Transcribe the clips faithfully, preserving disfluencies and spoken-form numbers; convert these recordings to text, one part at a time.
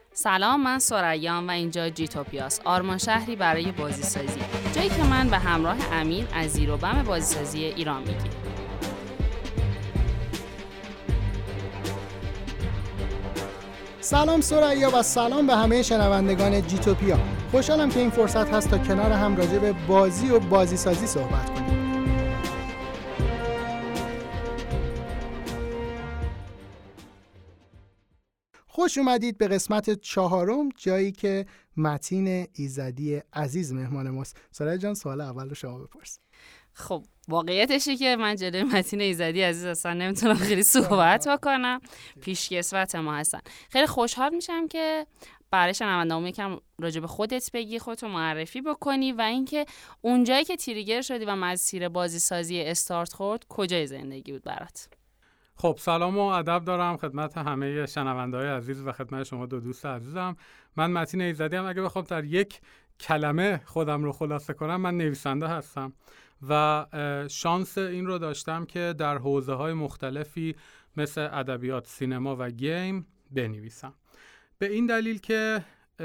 سلام، من ثریام و اینجا جیتوپیاس، آرمان شهری برای بازیسازی، جایی که من به همراه امین از زیر و بم بازیسازی ایران میگیم. سلام ثریا و سلام به همه شنوندگان جیتوپیا. خوشحالم که این فرصت هست تا کنار هم راجع به بازی و بازیسازی صحبت کنیم. خوش اومدید به قسمت چهارم، جایی که متین ایزدی عزیز مهمان ماست. ثریا جان، سوال اول رو شما بپرس. خب واقعیتشه که من جلوی متین ایزدی عزیز اصلا نمیتونم خیلی صحبت بکنم، پیشکسوت ما هستن. خیلی خوشحال میشم که برای شنونده‌هام یکم راجع به خودت بگی، خودتو معرفی بکنی و اینکه اونجایی که تریگر شدی و مسیر بازیسازی استارت خورد کجای زندگی بود برات؟ خب سلام و ادب دارم خدمت همه شنونده‌های عزیز و خدمت شما دو دوست عزیزم. من متین ایزدی ام. اگه بخوام در یک کلمه خودم رو خلاصه کنم، من نویسنده هستم و شانس این رو داشتم که در حوزه‌های مختلفی مثل ادبیات، سینما و گیم بنویسم. به این دلیل که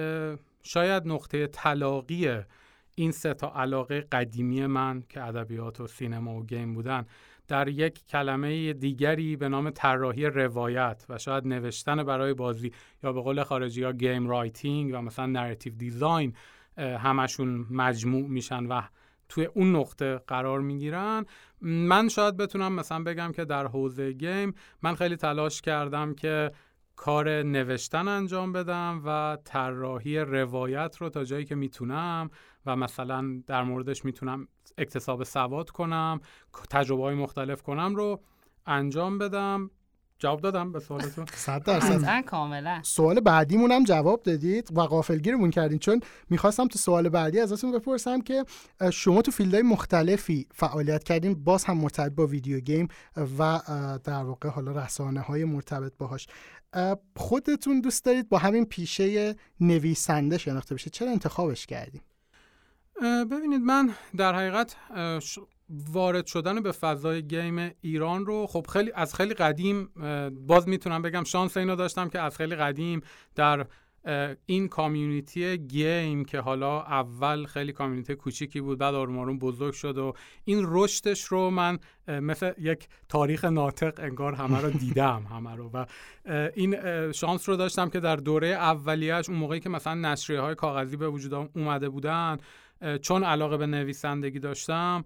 شاید نقطه تلاقی این سه تا علاقه قدیمی من که ادبیات و سینما و گیم بودن در یک کلمه دیگری به نام طراحی روایت و شاید نوشتن برای بازی یا به قول خارجی‌ها گیم رایتینگ و مثلا نراتیو دیزاین همشون مجموع میشن و توی اون نقطه قرار میگیرن. من شاید بتونم مثلا بگم که در حوزه گیم من خیلی تلاش کردم که کار نوشتن انجام بدم و طراحی روایت رو تا جایی که میتونم و مثلا در موردش میتونم اکتساب سواد کنم، تجربه‌های مختلف کنم رو انجام بدم. جواب دادم به سوالتون؟ صد درصد کاملا. سوال بعدیمون هم جواب دادید و غافلگیرمون کردین، چون میخواستم تو سوال بعدی ازتون بپرسم که شما تو فیلدهای مختلفی فعالیت کردین، باز هم مرتبط با ویدیو گیم و در واقع حالا رسانه‌های مرتبط باهاش. خودتون دوست دارید با همین پیشه نویسنده شناخته بشید، چرا انتخابش کردین؟ ببینید، من در حقیقت وارد شدن به فضای گیم ایران رو خب خیلی از خیلی قدیم باز میتونم بگم شانس اینو داشتم که از خیلی قدیم در این کامیونیتی گیم که حالا اول خیلی کامیونیتی کوچیکی بود، بعد آروم آروم بزرگ شد و این رشدش رو من مثل یک تاریخ ناطق انگار همه رو دیدم همه رو و این شانس رو داشتم که در دوره اولیه‌اش اون موقعی که مثلا نشریه‌های کاغذی به وجود اومده بودن، چون علاقه به نویسندگی داشتم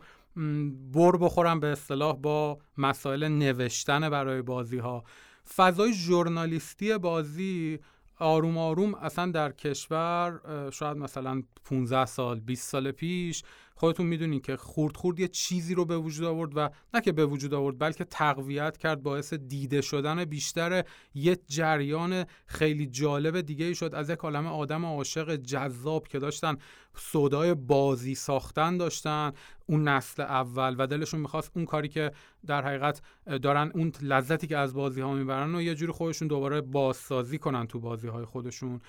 بر بخورم به اصطلاح با مسائل نوشتن برای بازی ها. فضای ژورنالیستی بازی آروم آروم اصلا در کشور شاید مثلا پانزده سال بیست سال پیش خودتون میدونین که خورد خورد یه چیزی رو به وجود آورد و نه که به وجود آورد بلکه تقویت کرد، باعث دیده شدن بیشتر یه جریان خیلی جالب دیگه شد از یک عالمه آدم عاشق جذاب که داشتن سودای بازی ساختن داشتن اون نسل اول و دلشون میخواست اون کاری که در حقیقت دارن، اون لذتی که از بازی ها میبرن و یه جوری خودشون دوباره بازسازی کنن تو بازی های خودشون.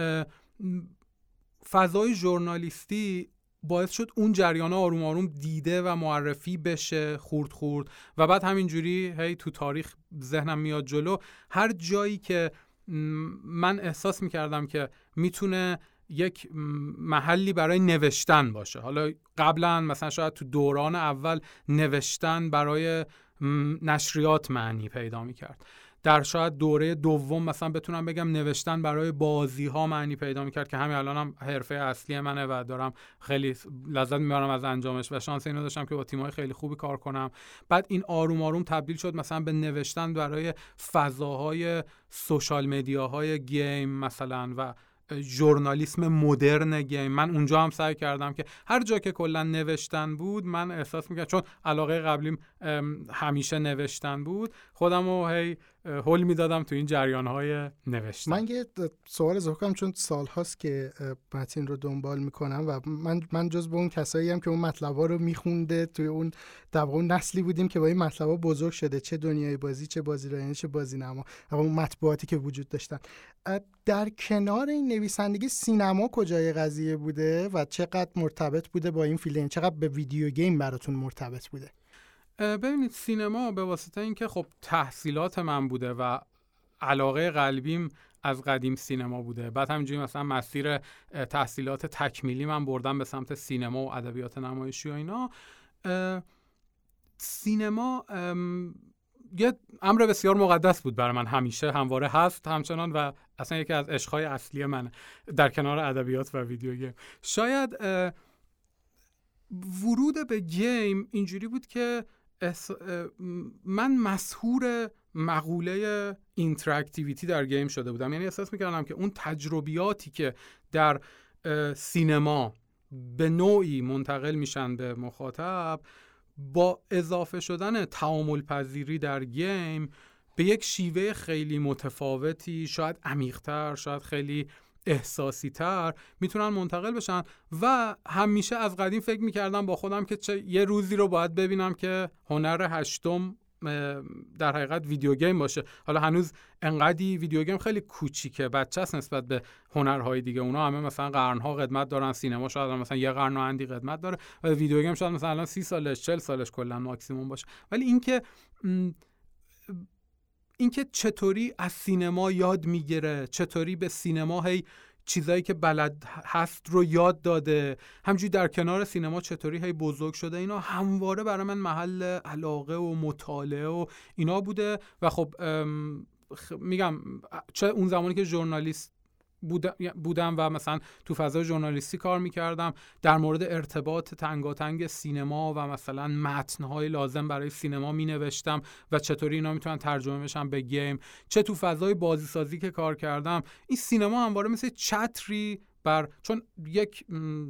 فضای ژورنالیستی باعث شد اون جریان آروم آروم دیده و معرفی بشه خورد خورد و بعد همینجوری هی تو تاریخ ذهنم میاد جلو، هر جایی که من احساس میکردم که میتونه یک محلی برای نوشتن باشه. حالا قبلا مثلا شاید تو دوران اول نوشتن برای نشریات معنی پیدا میکرد، در شاید دوره دوم مثلا بتونم بگم نوشتن برای بازی ها معنی پیدا میکرد که همین الانم هم حرفه اصلی منه و دارم خیلی لذت میبرم از انجامش و شانس اینو داشتم که با تیم‌های خیلی خوبی کار کنم. بعد این آروم آروم تبدیل شد مثلا به نوشتن برای فضاهای سوشال مدیاهای گیم مثلا و ژورنالیسم مدرن گیم. من اونجا هم سعی کردم که هر جا که کلا نوشتن بود من احساس میکردم، چون علاقه قبلیم همیشه نوشتن بود، خودم رو هی هول میدادم تو این جریان‌های نوشتن. من یه سوال اضافه کنم، چون سال‌هاست که متین رو دنبال میکنم و من من جز به اون کسایی هم که اون مطلبا رو میخونده، توی اون در واقع اون نسلی بودیم که با این مطلبا بزرگ شده، چه دنیای بازی، چه بازی رایانه، چه بازینما و اون مطبوعاتی که وجود داشتن. در کنار این نویسندگی، سینما کجای قضیه بوده و چقدر مرتبط بوده با این فیلم؟ چقدر به ویدیو گیم براتون مرتبط بوده؟ ببینید، سینما به واسطه اینکه خب تحصیلات من بوده و علاقه قلبیم از قدیم سینما بوده. بعد همینجوری مثلا مسیر تحصیلات تکمیلی من بردم به سمت سینما و ادبیات نمایشی و اینا. سینما یه امر بسیار مقدس بود برای من، همیشه همواره هست همچنان و اصلا یکی از عشق‌های اصلی من در کنار ادبیات و ویدیو گیم. شاید ورود به گیم اینجوری بود که من مسحور مقوله اینتراکتیویتی در گیم شده بودم. یعنی احساس می‌کردم که اون تجربیاتی که در سینما به نوعی منتقل میشن به مخاطب، با اضافه شدن تعامل پذیری در گیم به یک شیوه خیلی متفاوتی، شاید عمیق‌تر، شاید خیلی احساسی تر میتونن منتقل بشن. و همیشه از قدیم فکر میکردم با خودم که چه یه روزی رو باید ببینم که هنر هشتم در حقیقت ویدیو گیم باشه. حالا هنوز انقدی ویدیو گیم خیلی کوچیکه، بچه‌ست نسبت به هنرهای دیگه. اونا همه مثلا قرن‌ها قدمت دارن، سینما شاید مثلا یه قرن و اندی قدمت داره و ویدیو گیم شاید مثلا الان سی سالش چهل سالش کلا ماکسیمم باشه. ولی اینکه اینکه چطوری از سینما یاد میگیره، چطوری به سینما هی چیزایی که بلد هست رو یاد داده، همینجوری در کنار سینما چطوری هی بزرگ شده، اینا همواره برای من محل علاقه و مطالعه و اینا بوده. و خب میگم چه اون زمانی که ژورنالیست بودم و مثلا تو فضای ژورنالیستی کار میکردم، در مورد ارتباط تنگاتنگ سینما و مثلا متن‌های لازم برای سینما مینوشتم و چطوری اینا میتونن ترجمه بشن به گیم. چه تو فضای بازیسازی که کار کردم، این سینما همواره مثل چتری بر، چون یک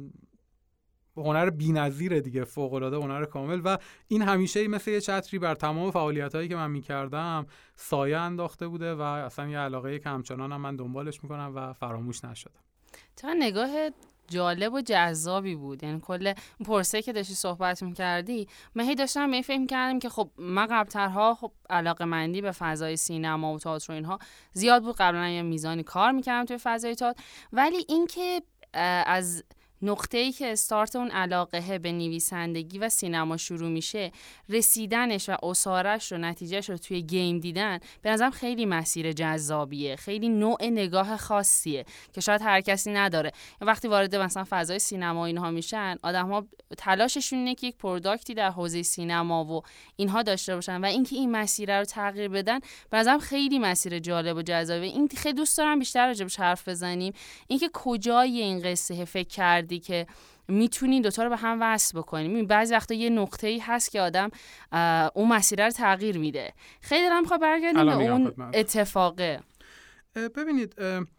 هنر بی‌نظیره دیگه، فوق‌العاده هنر کامل، و این همیشه مثل یه چتری بر تمام فعالیتایی که من میکردم سایه انداخته بوده و اصلا یه علاقه‌ای که همچنان هم من دنبالش میکنم و فراموش نشده. چقدر نگاه جالب و جذابی بود. یعنی کل پرسه که داشتی صحبت میکردی من هی داشتم به این فکر میکردم که خب من قبلترها خب علاقه‌مندی به فضای سینما و تئاتر و اینها زیاد بود، قبلا یه میزانی کار میکردم توی فضای تئاتر، ولی اینکه از نقطه‌ای که استارت اون علاقه به نویسندگی و سینما شروع میشه، رسیدنش و اثارش رو نتیجهش رو توی گیم دیدن، به نظرم خیلی مسیر جذابیه، خیلی نوع نگاه خاصیه که شاید هر کسی نداره. وقتی وارد مثلا فضای سینما اینها میشن، آدم‌ها تلاششون اینه که یک پروداکتی در حوزه سینما و اینها داشته باشن و اینکه این مسیر رو تغییر بدن، به نظرم خیلی مسیر جالب و جذابه. این خیلی دوست دارم بیشتر راجعش حرف بزنیم، اینکه کجای این قصه فکر کردی که میتونین دوتا رو به هم وصل بکنیم. بعضی وقتا یه نقطه‌ای هست که آدم اون مسیر رو تغییر میده. خیلی دارم میخوام برگردیم به اون اتفاقه. ببینید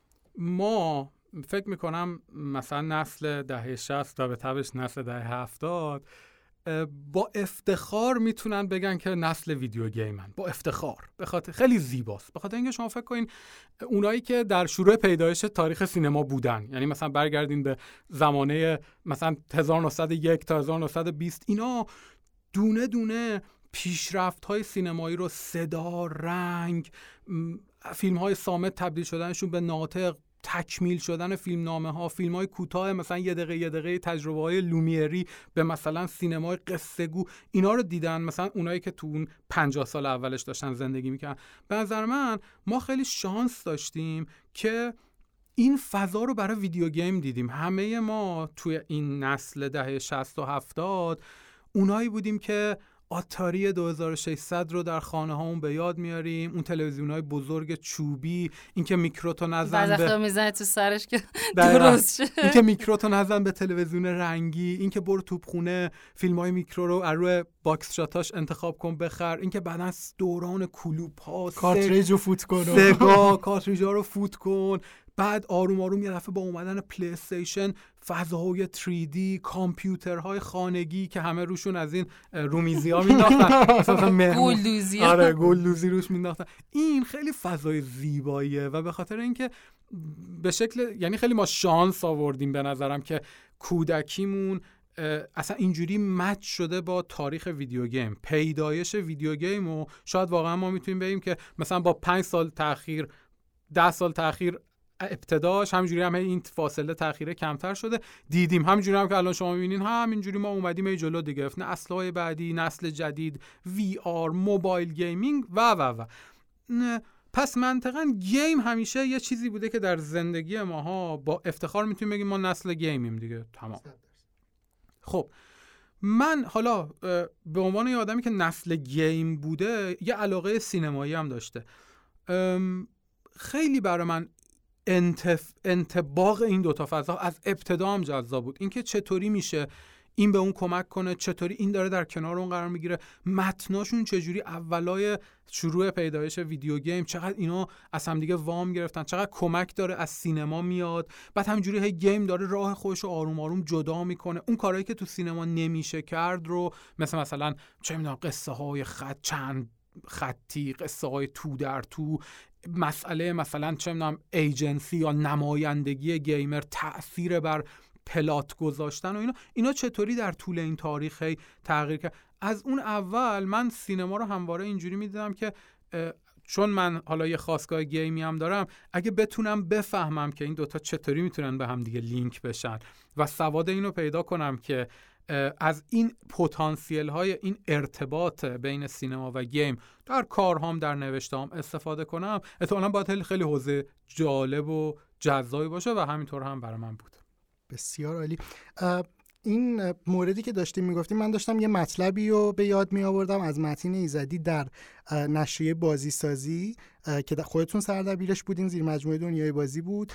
ما فکر میکنم مثلا نسل دهه شصت و به تبعش نسل دهه هفتاد با افتخار میتونن بگن که نسل ویدیو گیمن، با افتخار، به خاطر خیلی زیباست. به خاطر اینکه شما فکر کنین اونایی که در شروع پیدایش تاریخ سینما بودن، یعنی مثلا برگردین به زمانه مثلا هزار و نهصد و یک تا هزار و نهصد و بیست، اینا دونه دونه پیشرفت‌های سینمایی رو، صدا، رنگ، فیلم‌های صامت تبدیل شدنشون به ناطق، تکمیل شدن فیلمنامه ها، فیلم های کوتاه مثلا یه دقیقه یه دقیقه، تجربه های لومیری به مثلا سینمای قصه گو، اینا رو دیدن مثلا اونایی که تو اون پنجاه سال اولش داشتن زندگی میکردن. به نظر من ما خیلی شانس داشتیم که این فضا رو برای ویدیو گیم دیدیم. همه ما توی این نسل دهه شصت و هفتاد اونایی بودیم که آتاری دو هزار و ششصد رو در خانه هامون به یاد میاریم، اون تلویزیونای بزرگ چوبی، این که میکروتو نزن به میزنه تو سرش که درست شه، این که میکروتو نزن به تلویزیون رنگی، این که برو توپخونه فیلمای میکرو رو از روی باکس شاتاش انتخاب کن بخر، این که بعدن دوران کلوپ ها، کارتریج رو فوت کن، سگا کارتریجا رو فوت کن، بعد آروم آروم یه دفعه با اومدن پلی استیشن فضاهای تری دی، کامپیوترهای خانگی که همه روشون از این رومیزی‌ها مینداختن، مثلا گلدوزی، آره گلدوزی روش مینداختن. این خیلی فضای زیباییه و به خاطر اینکه به شکل، یعنی خیلی ما شانس آوردیم به نظرم که کودکیمون اصلا اینجوری مچ شده با تاریخ ویدیو گیم، پیدایش ویدیو گیم، و شاید واقعا ما میتونیم بگیم که مثلا با پنج سال تأخیر، ده سال تأخیر ابتداش، همینجوری هم این فاصله تأخیره کمتر شده، دیدیم همینجوری هم که الان شما میبینین همینجوری ما اومدیم ای جلو دیگه، نسل‌های بعدی، نسل جدید، وی آر، موبایل گیمینگ و و و پس منطقاً گیم همیشه یه چیزی بوده که در زندگی ماها با افتخار میتونیم بگیم ما نسل گیمیم دیگه. تمام. خب من حالا به عنوان یه آدمی که نسل گیم بوده یه علاقه سینمایی هم داشته، خیلی برای من انتف... انطباق این دوتا فضا از ابتدا هم جذاب بود. اینکه چطوری میشه این به اون کمک کنه، چطوری این داره در کنار اون قرار میگیره، متناشون چجوری اولای شروع پیدایش ویدیو گیم چقدر اینا از هم دیگه وام گرفتن، چقدر کمک داره از سینما میاد، بعد همینجوری هی گیم داره راه خودش رو آروم آروم جدا میکنه. اون کارهایی که تو سینما نمیشه کرد رو، مثل مثلا چه میدونم قصه های خط چند خطی، قصه های تو در تو، مسئله مثلا چه میدونم ایجنسی یا نمایندگی گیمر، تأثیر بر پلات گذاشتن و اینا اینا چطوری در طول این تاریخ هی تغییر کرد. از اون اول من سینما رو همواره اینجوری میدیدم که چون من حالا یه خاستگاه گیمی هم دارم، اگه بتونم بفهمم که این دوتا چطوری میتونن به هم دیگه لینک بشن و سواد اینو پیدا کنم که از این پتانسیل های این ارتباط بین سینما و گیم در کارهام، در نوشتهام استفاده کنم، احتمالاً باید خیلی حوزه جالب و جذابی باشه و همینطور هم برای من بود. بسیار عالی. این موردی که داشتیم میگفتیم، من داشتم یه مطلبی رو به یاد می آوردم از متین ایزدی در نشریه بازی سازی که خودتون سردبیرش بودین، زیر مجموعه دنیای بازی بود.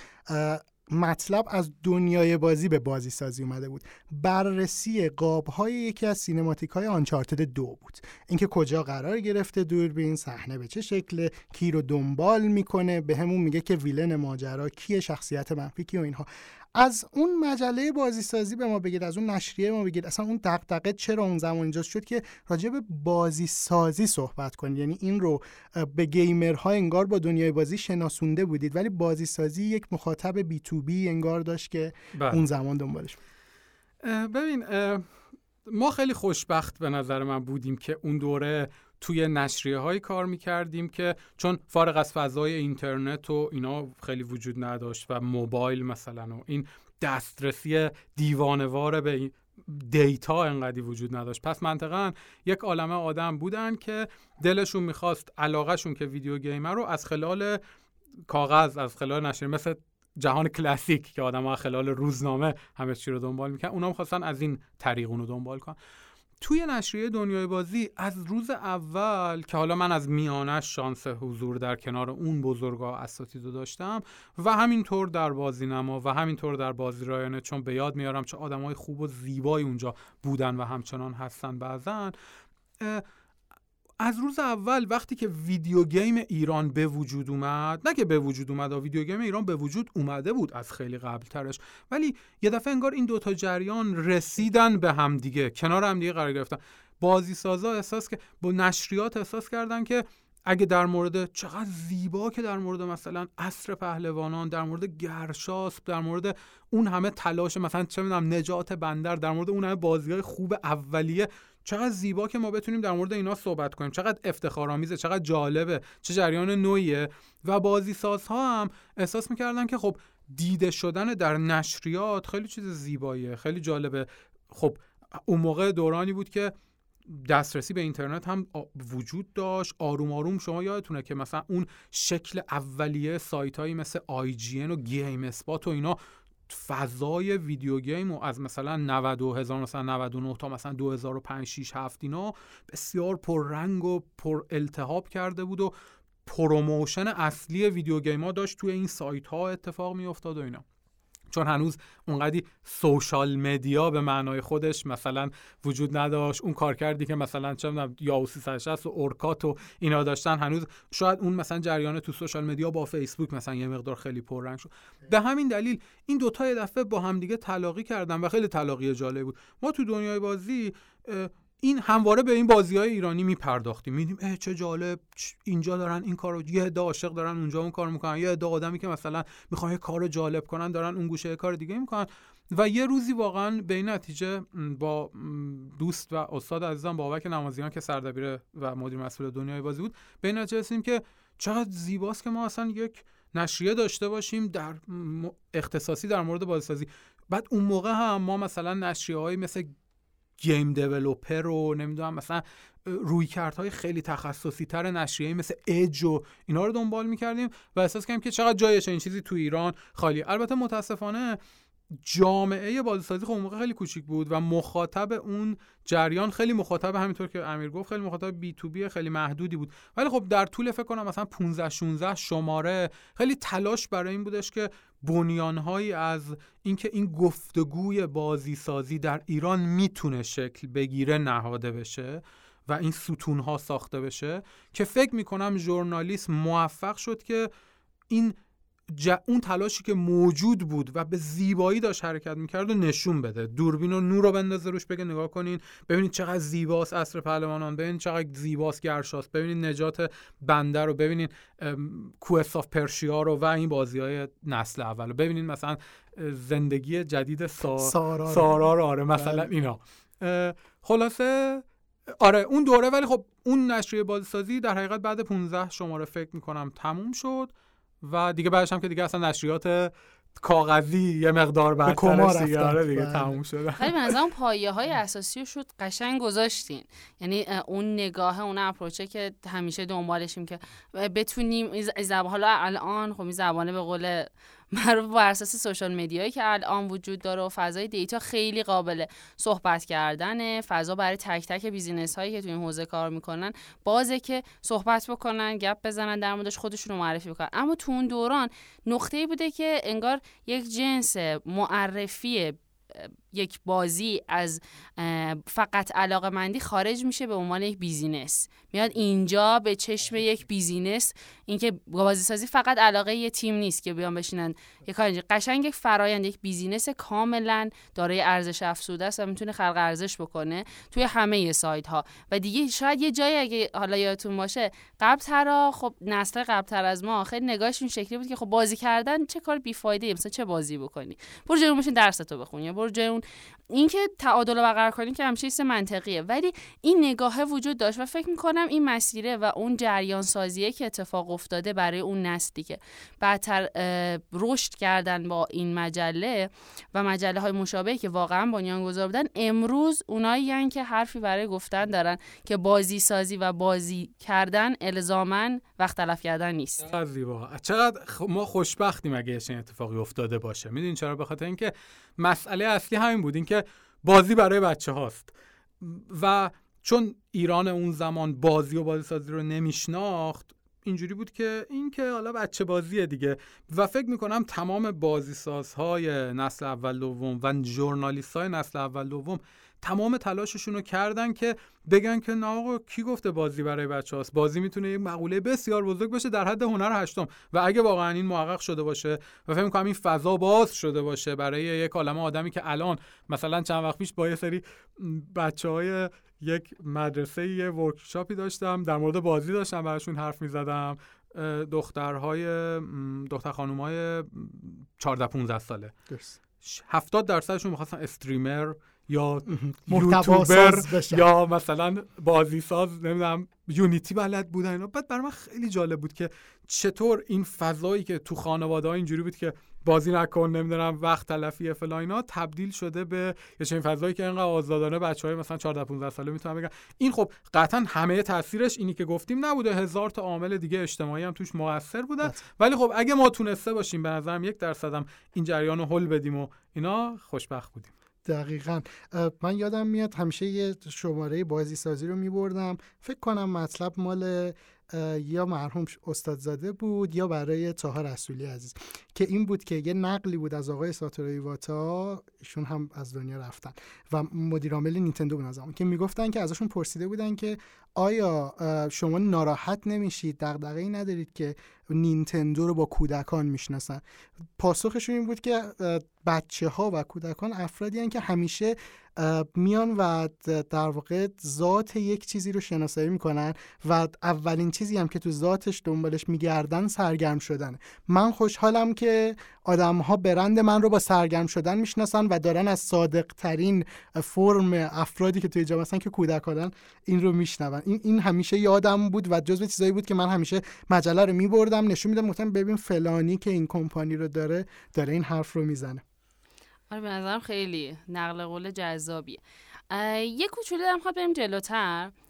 مطلب از دنیای بازی به بازی سازی اومده بود. بررسی قاب‌های یکی از سینماتیک‌های آنچارتد دو بود. اینکه کجا قرار گرفته دوربین، صحنه به چه شکله، کی رو دنبال میکنه، به همون میگه که ویلن ماجرا کیه، شخصیت منفی کی و اینها. از اون مجله بازی سازی به ما بگید، از اون نشریه ما بگید، اصلا اون دغدغه چرا اون زمان اینجا شد که راجع به بازی سازی صحبت کنید؟ یعنی این رو به گیمرها انگار با دنیای بازی شناسونده بودید، ولی بازی سازی یک مخاطب بی تو بی انگار داشت که بله. اون زمان دنبالش بود. ببین ما خیلی خوشبخت به نظر من بودیم که اون دوره توی نشریه های کار میکردیم که چون فارغ از فضای اینترنت و اینا خیلی وجود نداشت و موبایل مثلا و این دسترسی دیوانوار به دیتا انقدی وجود نداشت. پس منطقاً یک عالمه آدم بودن که دلشون میخواست علاقهشون که ویدیو گیمر رو از خلال کاغذ، از خلال نشریه، مثل جهان کلاسیک که آدم‌ها خلال روزنامه همه چی رو دنبال میکنن، اونا می‌خواستن از این طریق اون رو دنبال کنن. توی نشریه دنیای بازی از روز اول که حالا من از میانش شانس حضور در کنار اون بزرگا اساتید رو داشتم و همینطور در بازینما و همینطور در بازی رایانه، چون به یاد میارم چه آدمای خوب و زیبایی اونجا بودن و همچنان هستن بعضن، از روز اول وقتی که ویدیو گیم ایران به وجود اومد، نه که به وجود اومد، ویدیو گیم ایران به وجود اومده بود از خیلی قبل ترش، ولی یه دفعه انگار این دوتا جریان رسیدن به هم دیگه، کنار هم دیگه قرار گرفتن. بازی سازا احساس که با نشریات احساس کردن که اگه در مورد چقدر زیبا که در مورد مثلا عصر پهلوانان، در مورد گرشاسب، در مورد اون همه تلاش مثلا چه میدونم نجات بندر، در مورد اون همه بازی‌های خوب اولیه، چقدر زیبا که ما بتونیم در مورد اینا صحبت کنیم، چقدر افتخارآمیزه، چقدر جالبه، چه جریان نوعیه. و بازی سازها هم احساس می‌کردن که خب دیده شدن در نشریات خیلی چیز زیباییه، خیلی جالبه. خب اون موقع دورانی بود که دسترسی به اینترنت هم وجود داشت. آروم آروم شما یادتونه که مثلا اون شکل اولیه سایتایی مثل آی جی ان و گیم اسپات و اینا فضای ویدیو گیم و از مثلا نود و هزار مثلا نود و نه تا مثلا دو هزار و پنج شش هفت اینا بسیار پررنگ و پر التهاب کرده بود و پروموشن اصلی ویدیو گیم ها داشت توی این سایت ها اتفاق می افتاد و اینا. چون هنوز اونقدی سوشال مدیا به معنای خودش مثلا وجود نداشت، اون کار کردی که مثلا چه میدونم یاهو سیصد و شصت و اورکات و اینا داشتن، هنوز شاید اون مثلا جریان تو سوشال مدیا با فیسبوک مثلا یه مقدار خیلی پررنگ شد. به همین دلیل این دوتا یه دفعه با هم دیگه تلاقی کردن و خیلی تلاقی جالب بود. ما تو دنیای بازی این همواره به این بازی‌های ایرانی میپرداختیم، میدیم اه چه جالب اینجا دارن این کارو، یه عده عاشق دارن اونجا اون کارو میکنن، یه عده آدمی که مثلا میخوان یه کارو جالب کنن دارن اون گوشه یه کار دیگه میکنن. و یه روزی واقعا به این نتیجه با دوست و استاد عزیزم بابک نمازیان که سردبیر و مدیر مسئول دنیای بازی بود به این نتیجه رسیدیم که چقدر زیباست که ما اصلا یک نشریه داشته باشیم در اختصاصی در مورد بازیسازی. بعد اون موقع هم ما مثلا نشریه‌های مثل گیم دیولپر رو نمیدونم مثلا رویکردهای خیلی تخصصی تر نشریه‌ای مثل اج و اینا رو دنبال می‌کردیم و احساس کردیم که چقدر جای چنین چیزی تو ایران خالی. البته متاسفانه جامعه بازیسازی خب اون موقع خیلی کوچیک بود و مخاطب اون جریان خیلی مخاطب، همینطور که امیر گفت، خیلی مخاطب بی تو بی خیلی محدودی بود. ولی خب در طول فکر کنم مثلا پانزده شانزده شماره خیلی تلاش برای این بودش که بنیانهایی از اینکه این گفتگوی بازیسازی در ایران میتونه شکل بگیره نهاده بشه و این ستونها ساخته بشه که فکر میکنم ژورنالیسم موفق شد که این ج... اون تلاشی که موجود بود و به زیبایی داشت حرکت میکرد و نشون بده. دوربین رو نور رو بندازه روش، بگه نگاه کنین ببینید چقدر زیباست عصر پهلوانان، ببینید چقدر زیباست گرشاسب، ببینید نجات بنده رو، ببینید کوست آف پرشیا رو و این بازی‌های نسل اول رو، ببینید مثلا زندگی جدید سا... سارا, سارا رو، آره مثلا اینا. خلاصه آره اون دوره. ولی خب اون نشریه بازیسازی در حقیقت بعد پانزده شماره فکر میکنم تموم شد و دیگه بعدش هم که دیگه اصلا نشریات کاغذی یه مقدار بعدترش دیگه آره دیگه تموم شد. ولی به نظرم پایه های اساسی رو شد قشنگ گذاشتین، یعنی اون نگاه، اون اپروچه که همیشه دنبالشیم که بتونیم زبان، حالا الان خب این زبانه به قول معروف بر اساس سوشال مدیایی که الان وجود داره و فضای دیتا خیلی قابل صحبت کردنه، فضا برای تک تک بیزینس هایی که تو این حوزه کار میکنن بازه که صحبت بکنن، گپ بزنن، در موردش خودشون رو معرفی بکنن. اما تو اون دوران نقطه‌ای بوده که انگار یک جنس معرفی یک بازی از فقط علاقه‌مندی خارج میشه به عنوان یک بیزینس، میاد اینجا به چشم یک بیزینس، اینکه بازیسازی فقط علاقه یه تیم نیست که بیان بشینن یک کار، قشنگ یک فرایند، یک بیزینس کاملا دارای ارزش افزوده است و میتونه خلق ارزش بکنه توی همه سایت ها. و دیگه شاید یه جایی اگه حالا یادتون باشه قبل‌ترا خب نسل قبل‌تر از ما خیلی نگاهش این شکلی بود که خب بازی کردن چه کار بی‌فایده، مثلا چه بازی بکنی، برو جلو بشین درستو بخون یا برو جلو. این که تعادل رو برقرار کنیم که همیشه چیز منطقیه، ولی این نگاه وجود داشت و فکر می‌کنم این مسیره و اون جریان سازیه که اتفاق افتاده برای اون نسلی که بعدتر رشد کردن با این مجله و مجله های مشابهی که واقعا بنیانگذار بودن، امروز اونایی هستن که حرفی برای گفتن دارن که بازی سازی و بازی کردن الزاماً وقت تلف کردن نیست. چقدر زیبا، چقدر ما خوشبختیم اگه این اتفاقی افتاده باشه. میدونین چرا؟ به خاطر اینکه مسئله اصلی همین بود، اینکه بازی برای بچه هاست و چون ایران اون زمان بازی و بازی سازی رو نمیشناخت، اینجوری بود که این که حالا بچه بازیه دیگه. و فکر میکنم تمام بازیسازهای نسل اول دوم و ژورنالیست‌های نسل اول دوم تمام تلاششون رو کردن که بگن که نه آقا کی گفته بازی برای بچه‌هاست، بازی میتونه یک مقوله بسیار بزرگ باشه در حد هنر هشتم. و اگه واقعا این محقق شده باشه و فکر می‌کنم این فضا باز شده باشه برای یک عالمه آدمی که الان مثلا چند وقت پیش با یه سری بچه‌های یک مدرسه یه ورکشاپی داشتم در مورد بازی داشتم براشون حرف می‌زدم، دخترهای دختر خانومای چهارده پانزده ساله، هفتاد درصدشون می‌خواستن استریمر یا یوتیوبر یا مثلا بازی ساز، نمیدونم یونیتی بلد بودن اینا. بعد برای من خیلی جالب بود که چطور این فضایی که تو خانواده‌ها اینجوری بود که بازی نکن، نمیدونم وقت تلفی فلان اینا، تبدیل شده به یه چنین فضایی که اینقدر آزادانه بچهای مثلا چهارده پانزده ساله میتونن بگن. این خب قطعا همه تاثیرش اینی که گفتیم نبوده، هزار تا عامل دیگه اجتماعی هم توش مؤثر بوده. ولی خب اگه ما تونسته باشیم به نظرم یک درصد هم این جریان رو حل بدیم و اینا، خوشبخت بودیم. دقیقاً. من یادم میاد همیشه یه شماره بازی سازی رو میبردم، فکر کنم مطلب مال یا مرحوم استادزاده بود یا برای طاها رسولی عزیز، که این بود که یه نقلی بود از آقای ساتورو ایواتا، ایشون هم از دنیا رفتن و مدیر عامل نینتندو بودن زمان، که میگفتن که ازشون پرسیده بودن که آیا شما ناراحت نمیشید، دغدغه‌ای ندارید که نینتندو رو با کودکان میشناسن؟ پاسخشون این بود که بچه‌ها و کودکان افرادی هستند که همیشه میان و در واقع ذات یک چیزی رو شناسایی میکنن و اولین چیزی هم که تو ذاتش دنبالش میگردن سرگرم شدنه. من خوشحالم که آدم‌ها برند من رو با سرگرم شدن میشناسن و دارن از صادق ترین فرم افرادی که توی جامعه هستن که کودکان این رو میشنون. این این همیشه یادم بود و جزو چیزایی بود که من همیشه مجله رو میبردم نشون میدم، گفتم ببین فلانی که این کمپانی رو داره داره این حرف رو میزنه. آره به نظرم خیلی نقل قول جذابیه. یه کوچولو هم خواهد بریم جلوتر.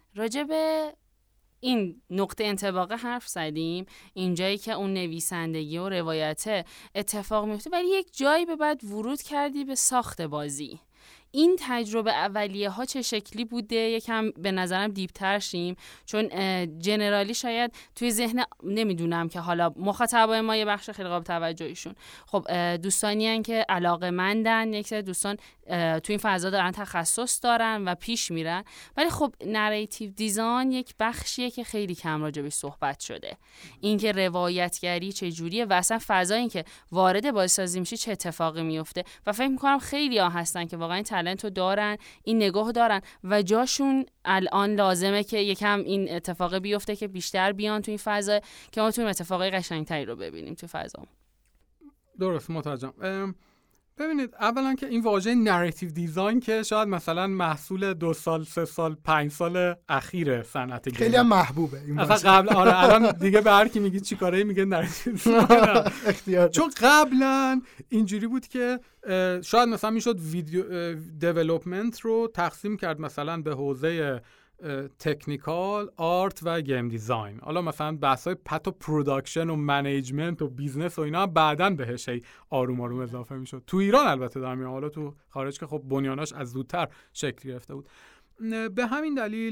راجع به این نقطه انطباقه حرف زدیم، اینجایی که اون نویسندگی و روایته اتفاق میفته، ولی یک جایی به بعد ورود کردی به ساخت بازی. این تجربه اولیه ها چه شکلی بوده؟ یکم به نظرم دیپتر شیم، چون جنرالی شاید توی ذهن نمیدونم که حالا مخاطبای ما یه بخش خیلی قابل توجهشون خب دوستانی هن که علاقه‌مندن، یک سری دوستان توی این فضا دارن تخصص دارن و پیش میرن، ولی خب نریتیو دیزاین یک بخشیه که خیلی کم راجبش صحبت شده. اینکه روایتگری چه جوریه و اصلا فضایی که وارد بازیسازی میشه چه اتفاقی میفته، و فکر میکنم خیلی ها هستن که واقعا تالنتو دارن، این نگاه دارن و جاشون الان لازمه که یکم این اتفاق بیفته که بیشتر بیان تو این فضا که ما تو اتفاقای قشنگتری رو ببینیم تو فضا. درست، متوجهم. ببینید، اولا که این واژه نریتیو دیزاین که شاید مثلا محصول دو سال سه سال پنج سال اخیر صنعت گیم خیلی هم محبوبه این اصلا قبل آره الان دیگه به هر کی میگی چیکاره میگه نریتیو دیزاین. چون قبلا اینجوری بود که شاید مثلا میشد ویدیو دیولپمنت رو تقسیم کرد مثلا به حوزه تکنیکال، آرت و گیم دیزاین. حالا مثلا بحث‌های پت و پروداکشن و منیجمنت و بیزنس و اینا بعداً بهش آروم آروم اضافه میشد. تو ایران البته دارم میگم، حالا تو خارج که خب بنیاناش از زودتر شکل گرفته بود. به همین دلیل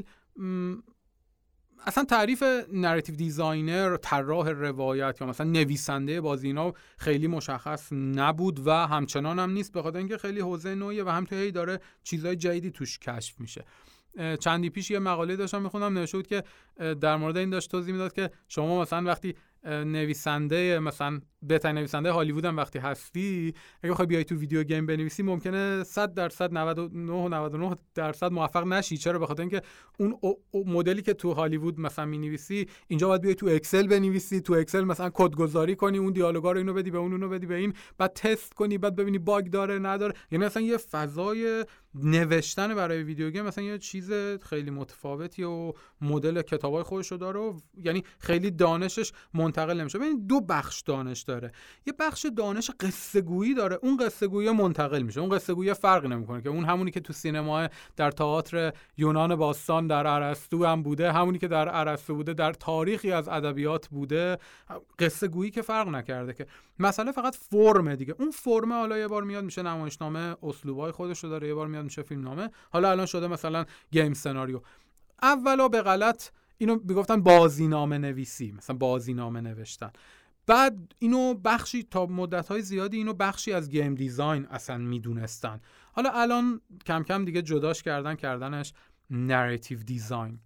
اصلا تعریف نریتیو دیزاینر، طراح روایت یا مثلا نویسنده بازی اینا خیلی مشخص نبود و همچنان هم نیست، به خاطر اینکه خیلی حوزه نوعیه و همینطوری داره چیزهای جدیدی توش کشف میشه. چندی پیش یه مقاله داشتم میخوندم، نوشته بود که در مورد این داشت توضیح میداد که شما مثلا وقتی نویسنده مثلا بهترین نویسنده هالیوود هم وقتی هستی، اگه بخوای بیای تو ویدیو گیم بنویسی ممکنه صد درصد نود و نه و نود و نه درصد موفق نشی. چرا؟ به خاطر اینکه اون مدلی که تو هالیوود مثلا مینویسی اینجا باید بیای تو اکسل بنویسی، تو اکسل مثلا کدگذاری کنی، اون دیالوگا رو اینو بدی به اون، اونو بدی به این، بعد تست کنی، بعد ببینی باگ داره نداره. یعنی مثلا یه فضای نوشتن برای ویدیو گیم مثلا یه چیز خیلی متفاوتی و مدل کتابای خودش رو داره و یعنی خیلی دانشش منتقل نمیشه. ببین دو بخش دانش داره. یه بخش دانش قصه گویی داره، اون قصه گویی منتقل میشه. اون قصه گویی فرق نمیکنه که اون همونی که تو سینما در تئاتر یونان باستان در ارسطو هم بوده، همونی که در ارسطو بوده در تاریخی از ادبیات بوده، قصه گویی که فرق نکرده که. مسئله فقط فرم دیگه. اون فرم حالا یه بار میاد میشه نمایشنامه، اسلوبای خودش رو داره، یه بار میاد میشه فیلمنامه، حالا الان شده مثلا گیم سناریو. اولا به غلط اینو میگفتن بازینامه نویسی، مثلا بازینامه نوشتن. بعد اینو بخشی تا مدت‌های زیادی اینو بخشی از گیم دیزاین اصلا میدونستن. حالا الان کم کم دیگه جداش کردن کردنش نریتیو دیزاین.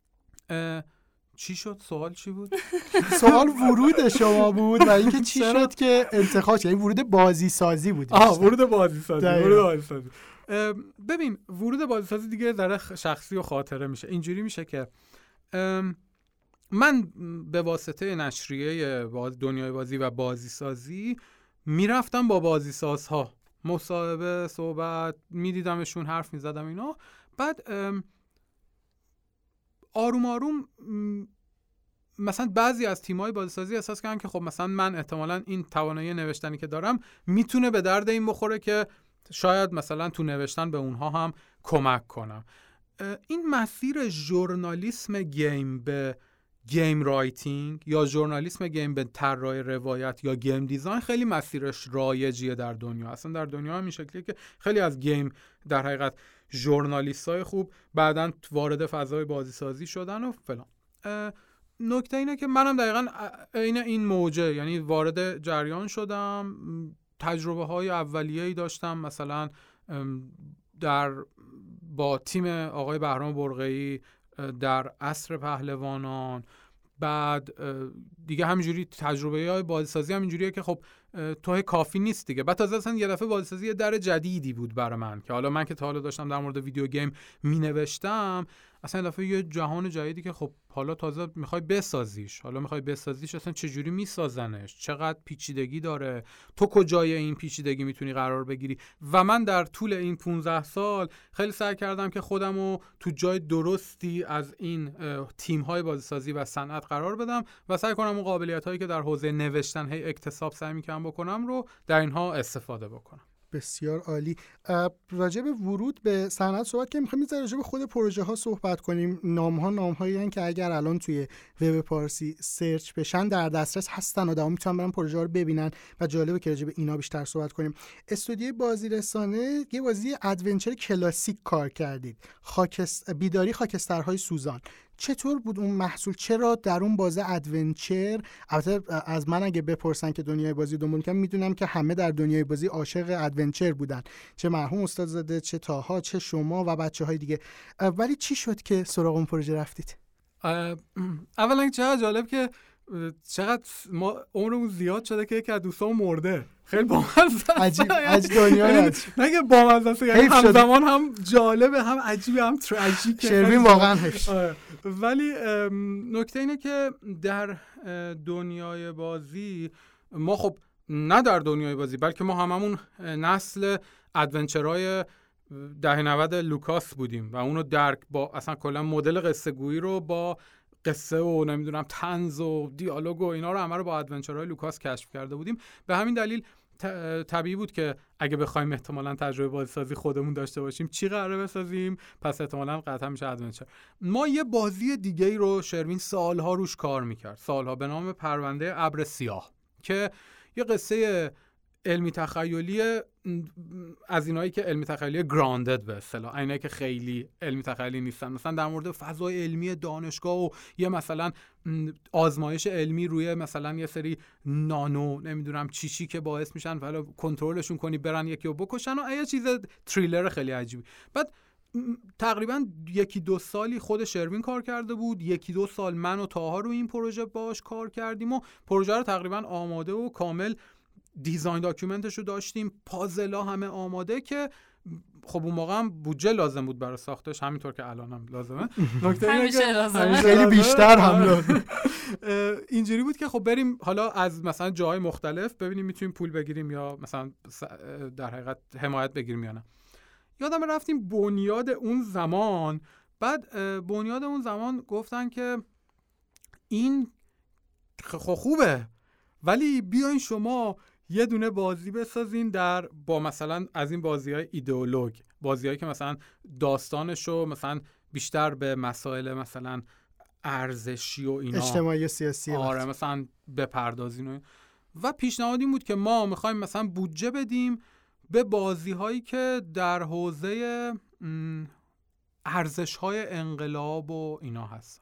چی شد؟ سوال چی بود؟ سوال ورود شما بود و اینکه چی شد که انتخاب شد. این ورود بازی سازی بود. آه ورود بازی سازی. ورود بازی سازی. ببین ورود بازی سازی دیگه ذره شخصی و خاطره میشه. اینجوری میشه که من به واسطه نشریه دنیای بازی و بازی سازی میرفتم با بازی سازها مصاحبه، صحبت، میدیدمشون، حرف میزدم اینا. بعد آروم آروم مثلا بعضی از تیم‌های بازیسازی احساس کردن که خب مثلا من احتمالاً این توانایی نوشتنی که دارم میتونه به درد این بخوره که شاید مثلا تو نوشتن به اونها هم کمک کنم. این مسیر ژورنالیسم گیم به گیم رایتینگ یا ژورنالیسم گیم به طراحی روایت یا گیم دیزاین خیلی مسیرش رایجیه در دنیا. اصلا در دنیا هم این شکلیه که خیلی از گیم در حقیقت ژورنالیستای خوب بعداً وارد فضای بازی سازی شدن و فلان. نکته اینه که منم دقیقاً این این موجه، یعنی وارد جریان شدم، تجربه های اولیه‌ای داشتم، مثلا در با تیم آقای بهرام برقعی در عصر پهلوانان. بعد دیگه همینجوری تجربه های بازیسازی همینجوریه که خب توی کافی نیست دیگه. بعد تازه اصلا یه دفعه بازیسازی یه در جدیدی بود برای من که حالا من که تا حالا داشتم در مورد ویدیو گیم می نوشتم، اصلا یه دفعه یه جهان جدیدی که خب حالا تازه میخوای بسازیش، حالا میخوای بسازیش اصلا چجوری میسازنش، چقدر پیچیدگی داره، تو کجای این پیچیدگی میتونی قرار بگیری. و من در طول این پانزده سال خیلی سعی کردم که خودمو تو جای درستی از این تیم‌های بازیسازی و صنعت قرار بدم و سعی کنم اون قابلیت‌هایی که در حوزه نوشتن هی اکتساب سعی می‌کنم بکنم رو در اینها استفاده بکنم. بسیار عالی. راجع به ورود به صنعت صحبت کنیم، می‌خوایم یه راجع به خود پروژه ها صحبت کنیم. نام‌ها نام‌هایی هستن که اگر الان توی وب پارسی سرچ بشن در دسترس هستن، آدم‌ها میتونن برن پروژه ها رو ببینن و جالبه که راجع به اینا بیشتر صحبت کنیم. استودیوی بازیرسانه یه بازی ادونچر کلاسیک کار کردید، خاکست... بیداری خاکسترهای سوزان. چطور بود اون محصول؟ چرا در اون بازه ادونچر، البته از من اگه بپرسن که دنیای بازی دنبال کنم میدونم که همه در دنیای بازی عاشق ادونچر بودن، چه مرحوم استادزاده، چه تاها، چه شما و بچه‌های دیگه، ولی چی شد که سراغ اون پروژه رفتید؟ اولا چقدر جالب که چقدر ما عمرمون زیاد شده که یکی از دوستامون مرده. خیلی بامزه عجیب عجیب دنیای نه که بامزه است، یعنی همزمان هم جالبه هم عجیبه هم تراژیکه. شروین واقعا حیف. ولی نکته اینه که در دنیای بازی ما خب نه در دنیای بازی بلکه ما هممون نسل ادونچرهای دهه نود لوکاس بودیم و اونو درک با اصلا کلا مدل قصه گویی رو با قصه و نمیدونم طنز و دیالوگ و اینا رو همه رو با ادونچرهای لوکاس کشف کرده بودیم. به همین دلیل طبیعی بود که اگه بخوایم احتمالاً تجربه بازیسازی خودمون داشته باشیم چی قراره بسازیم، پس احتمالاً قطعا میشه ادونچر. ما یه بازی دیگه ای رو شروین سالها روش کار میکرد، سالها، به نام پرونده ابر سیاه، که یه قصه علمی تخیلی از اینایی که علمی تخیلی گراندد به اصطلاح، اینایی که خیلی علمی تخیلی نیستن، مثلا در مورد فضای علمی دانشگاه و یه مثلا آزمایش علمی روی مثلا یه سری نانو نمیدونم چی چی که باعث میشن حالا کنترلشون کنی برن یکی رو بکشن و یه چیز تریلر خیلی عجیبی. بعد تقریبا یکی دو سالی خود شروین کار کرده بود، یکی دو سال من و تاها رو این پروژه باش کار کردیم و پروژه رو تقریبا آماده و کامل دیزاین داکیومنتش رو داشتیم، پازلا همه آماده، که خب اون موقع هم بودجه لازم بود برای ساختش، همینطور که الان هم لازمه. نکته اینه که خیلی بیشتر هم لازم. اینجوری بود که خب بریم حالا از مثلا جاهای مختلف ببینیم میتونیم پول بگیریم یا مثلا در حقیقت حمایت بگیریم یا نه. یادم رفتیم بنیاد اون زمان، بعد بنیاد اون زمان گفتن که این خب خوبه ولی بیاین شما یه دونه بازی بسازین در با مثلا از این بازی‌های ایدئولوگ، بازی‌هایی که مثلا داستانشو مثلا بیشتر به مسائل مثلا ارزشی و اینا اجتماعی و سیاسی آره وقت. مثلا بپردازین و, و پیشنهاد این بود که ما می‌خوایم مثلا بودجه بدیم به بازی‌هایی که در حوزه ارزش‌های انقلاب و اینا هستن.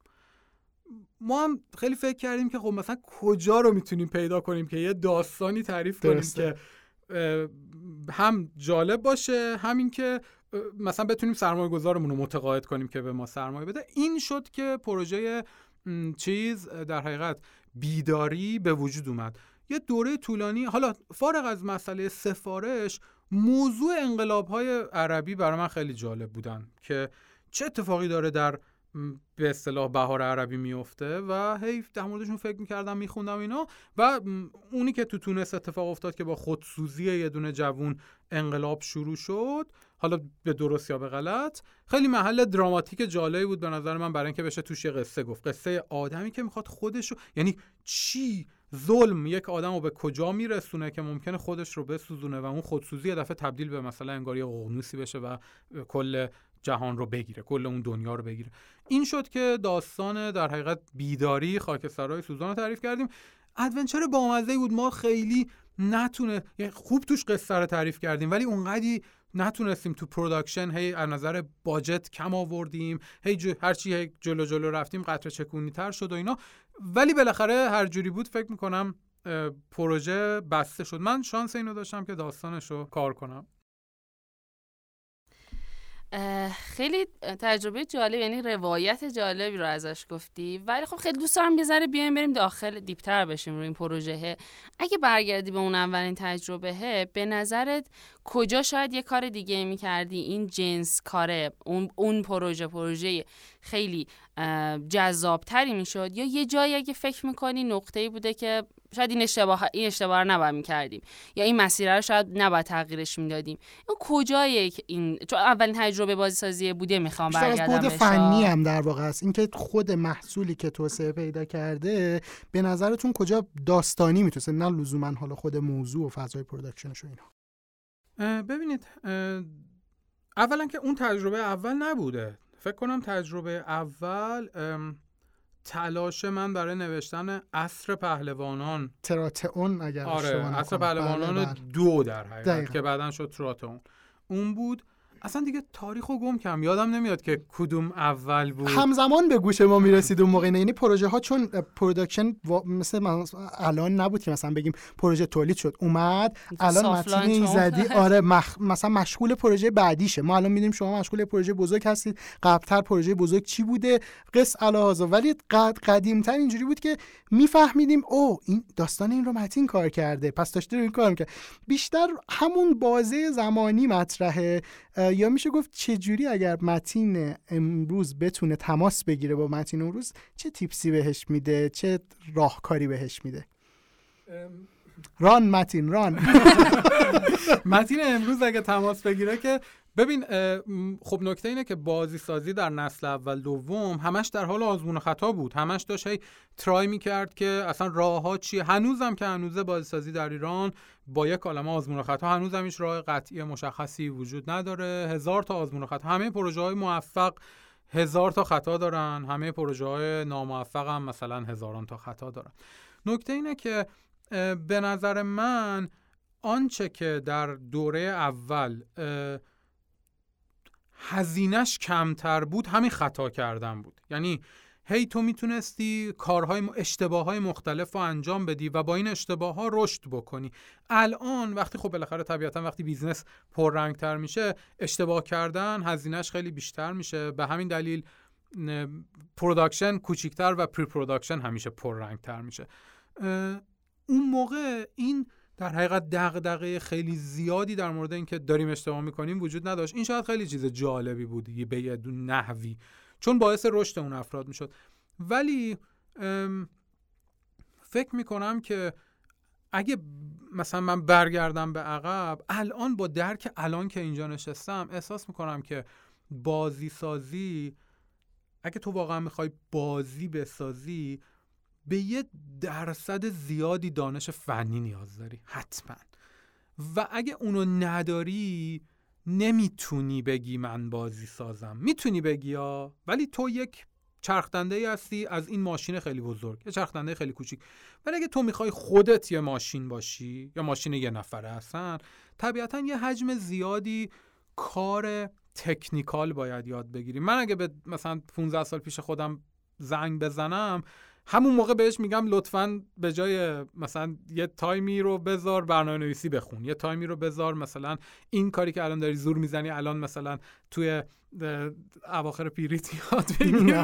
ما هم خیلی فکر کردیم که خب مثلا کجا رو میتونیم پیدا کنیم که یه داستانی تعریف کنیم درسته. که هم جالب باشه، همین که مثلا بتونیم سرمایه گذارمون رو متقاعد کنیم که به ما سرمایه بده. این شد که پروژه چیز در حقیقت بیداری به وجود اومد. یه دوره طولانی، حالا فارغ از مسئله سفارش، موضوع انقلاب‌های عربی برای من خیلی جالب بودن که چه اتفاقی داره در به اصطلاح بهار عربی میفته و هی در موردشون فکر میکردم میخوندم اینا. و اونی که تو تونس اتفاق افتاد که با خودسوزی یه دونه جوون انقلاب شروع شد، حالا به درست یا به غلط، خیلی محل دراماتیک جالبی بود به نظر من، برای اینکه بشه توش یه قصه گفت، قصه آدمی که میخواد خودشو، یعنی چی ظلم یک آدمو به کجا میرسونه که ممکنه خودش رو بسوزونه و اون خودسوزی یه دفعه تبدیل به مثلا انگار یه ققنوسی بشه و کل جهان رو بگیره، کل اون دنیا رو بگیره. این شد که داستان در حقیقت بیداری خاکسترهای سوزان رو تعریف کردیم. ادونچر بامزه‌ای بود، ما خیلی نتونه، یعنی خوب توش قصه رو تعریف کردیم ولی اونقدی نتونستیم تو پروداکشن، هی از نظر باجت کم آوردیم، هی جو هرچی هی جلو جلو رفتیم قطره چکونی تر شد و اینا، ولی بالاخره هر جوری بود فکر میکنم پروژه بسته شد. من شانس اینو داشتم که داستانش رو کار کنم. خیلی تجربه جالب، یعنی روایت جالبی رو ازش گفتی، ولی خب خیلی دوست دارم یه ذره بیایم بریم داخل دیپتر بشیم روی این پروژه. اگه برگردی به اون اولین تجربه، به نظرت کجا شاید یه کار دیگه می‌کردی این جنس کاره اون اون پروژه پروژه خیلی جذابتری میشد، یا یه جایی اگه فکر می‌کنی نقطه‌ای بوده که شاید این اشتباه این اشتباه رو نباید می‌کردیم یا این مسیر رو شاید نباید تغییرش میدادیم؟ این کجایه که این چون اولین تجربه بازیسازی بوده میخوام برگردم بهش. از بود فنی هم در واقع است اینکه خود محصولی که توسعه پیدا کرده به نظرتون کجا داستانی میتونه، نه لزوما حالا خود موضوع و فضای پروداکشنش و اینا؟ ببینید اولا که اون تجربه اول نبوده. فکر کنم تجربه اول تلاش من برای نوشتن عصر پهلوانان تراتئون اگر آره عصر پهلوانان بله بله. دو در حقیقت دقیقا. که بعدن شد تراتئون اون بود. اصلا دیگه تاریخو گم کردم، یادم نمیاد که کدوم اول بود. همزمان به گوش ما میرسید اون موقع. یعنی پروژه ها چون پروداکشن مثل الان نبود که مثلا بگیم پروژه تولید شد اومد الان متین ایزدی آره مخ... مثلا مشغول پروژه بعدیشه. ما الان میدونیم شما مشغول پروژه بزرگ هستید، قبلتر پروژه بزرگ چی بوده قص الهازا، ولی قد... قدیمتر اینجوری بود که میفهمیدیم او این داستان این رو متین کار کرده پس داشته رو این کار میکنه. بیشتر همون بازه زمانی مطرحه. یا میشه گفت چه جوری اگر متین امروز بتونه تماس بگیره با متین امروز چه تیپسی بهش میده، چه راهکاری بهش میده؟ ران متین ران متین امروز اگه تماس بگیره که ببین خب نکته اینه که بازی سازی در نسل اول دوم همش در حال آزمون و خطا بود، همش داشت هی ترای میکرد که اصلا راه ها چیه. هنوزم که هنوزه بازی سازی در ایران با یک کلمه آزمون و خطا هنوزم هیچ راه قطعی مشخصی وجود نداره. هزار تا آزمون و خطا. همه پروژه های موفق هزار تا خطا دارن، همه پروژه های ناموفق هم مثلا هزاران تا خطا دارن. نکته اینه که به نظر من آنچه که در دوره اول هزینه‌اش کمتر بود همین خطا کردن بود. یعنی هی تو میتونستی کارهای اشتباههای مختلف رو انجام بدی و با این اشتباهها رشد بکنی. الان وقتی خب بالاخره طبیعتا وقتی بیزنس پررنگتر میشه اشتباه کردن هزینه‌اش خیلی بیشتر میشه. به همین دلیل پروداکشن کوچیکتر و پری پروداکشن همیشه پررنگتر میشه. اون موقع این در حقیقت دغدغه خیلی زیادی در مورد اینکه داریم اشتباه میکنیم وجود نداشت. این شاید خیلی چیز جالبی بود به یه نحوی، چون باعث رشد اون افراد میشد. ولی فکر میکنم که اگه مثلا من برگردم به عقب الان با درک الان که اینجا نشستم احساس میکنم که بازی سازی اگه تو واقعا میخوای بازی بسازی به یه درصد زیادی دانش فنی نیاز داری حتما، و اگه اونو نداری نمیتونی بگی من بازی سازم. میتونی بگی ها، ولی تو یک چرخدنده هستی از این ماشین خیلی بزرگ، یه چرخدنده خیلی کوچیک. ولی اگه تو میخوای خودت یه ماشین باشی یا ماشین یه نفره هستن، طبیعتا یه حجم زیادی کار تکنیکال باید یاد بگیری. من اگه به مثلا پانزده سال پیش خودم زنگ بزنم همون موقع بهش میگم لطفاً به جای مثلا یه تایمی رو بذار برنامه‌نویسی بخون، یه تایمی رو بذار مثلا این کاری که الان داری زور میزنی الان مثلا توی اواخر پیریت یاد بگیر،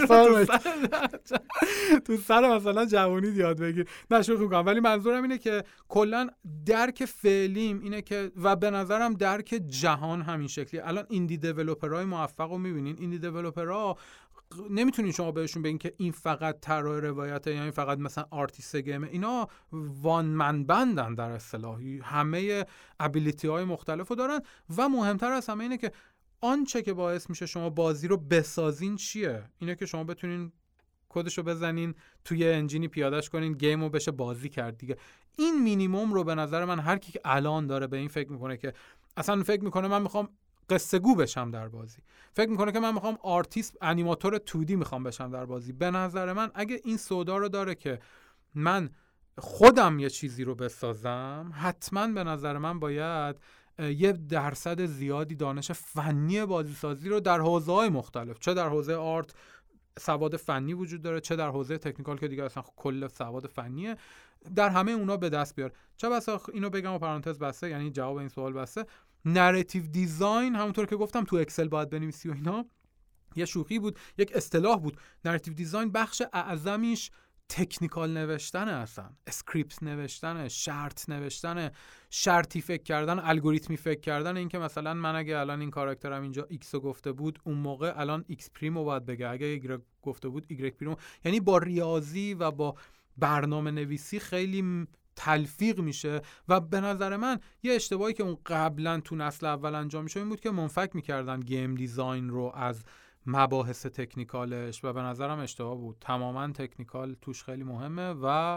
تو سر مثلا جوانی یاد بگیر. نه شوخی می‌کنم، ولی منظورم اینه که کلاً درک فعلیم اینه که، و به نظرم درک جهان همین شکلی. الان ایندی دیولپرهای موفق رو می‌بینین. ایندی دیولپرها نمیتونین شما بهشون بگین که این فقط طراح روایته یا این فقط مثلا آرتیست گیمه. اینا وان من بندن در اصطلاحی، همه ابیلیتی های مختلفو دارن و مهمتر از همه اینه که آنچه که باعث میشه شما بازی رو بسازین چیه؟ اینه که شما بتونین کدشو بزنین توی انجینی پیادهش کنین گیمو بشه بازی کرد دیگه. این مینیمم رو به نظر من هر کی که الان داره به این فکر میکنه که اصلا فکر میکنه من میخوام قصه گو بشم در بازی، فکر میکنه که من میخوام آرتیست انیماتور تو دی میخوام بشم در بازی، به نظر من اگه این سودا رو داره که من خودم یه چیزی رو بسازم، حتما به نظر من باید یه درصد زیادی دانش فنی بازی سازی رو در حوزه‌های مختلف، چه در حوزه آرت سواد فنی وجود داره، چه در حوزه تکنیکال که دیگه اصلا کل سواد فنیه، در همه اونا به دست بیار. چه بسا اینو بگم و پرانتز بسته، یعنی جواب این سوال بسته، نراتیو دیزاین همونطور که گفتم تو اکسل باید بنویسی و اینا، یه شوخی بود، یک اصطلاح بود. نراتیو دیزاین بخش اعظمیش تکنیکال نوشتن، اصلا اسکریپت نوشتن، شرط نوشتن، شرطی فکر کردن، الگوریتمی فکر کردن. این که مثلا من اگه الان این کاراکترم اینجا ایکس رو گفته بود اون موقع الان ایکس پریمو باید بگه، اگه ایگرگ گفته بود ایگرگ پریمو. یعنی با ریاضی و با برنامه نویسی خیلی تلفیق میشه. و به نظر من یه اشتباهی که اون قبلا تو نسل اول انجام میشه این بود که منفک میکردن گیم دیزاین رو از مباحث تکنیکالش، و به نظرم اشتباه بود. تماما تکنیکال توش خیلی مهمه و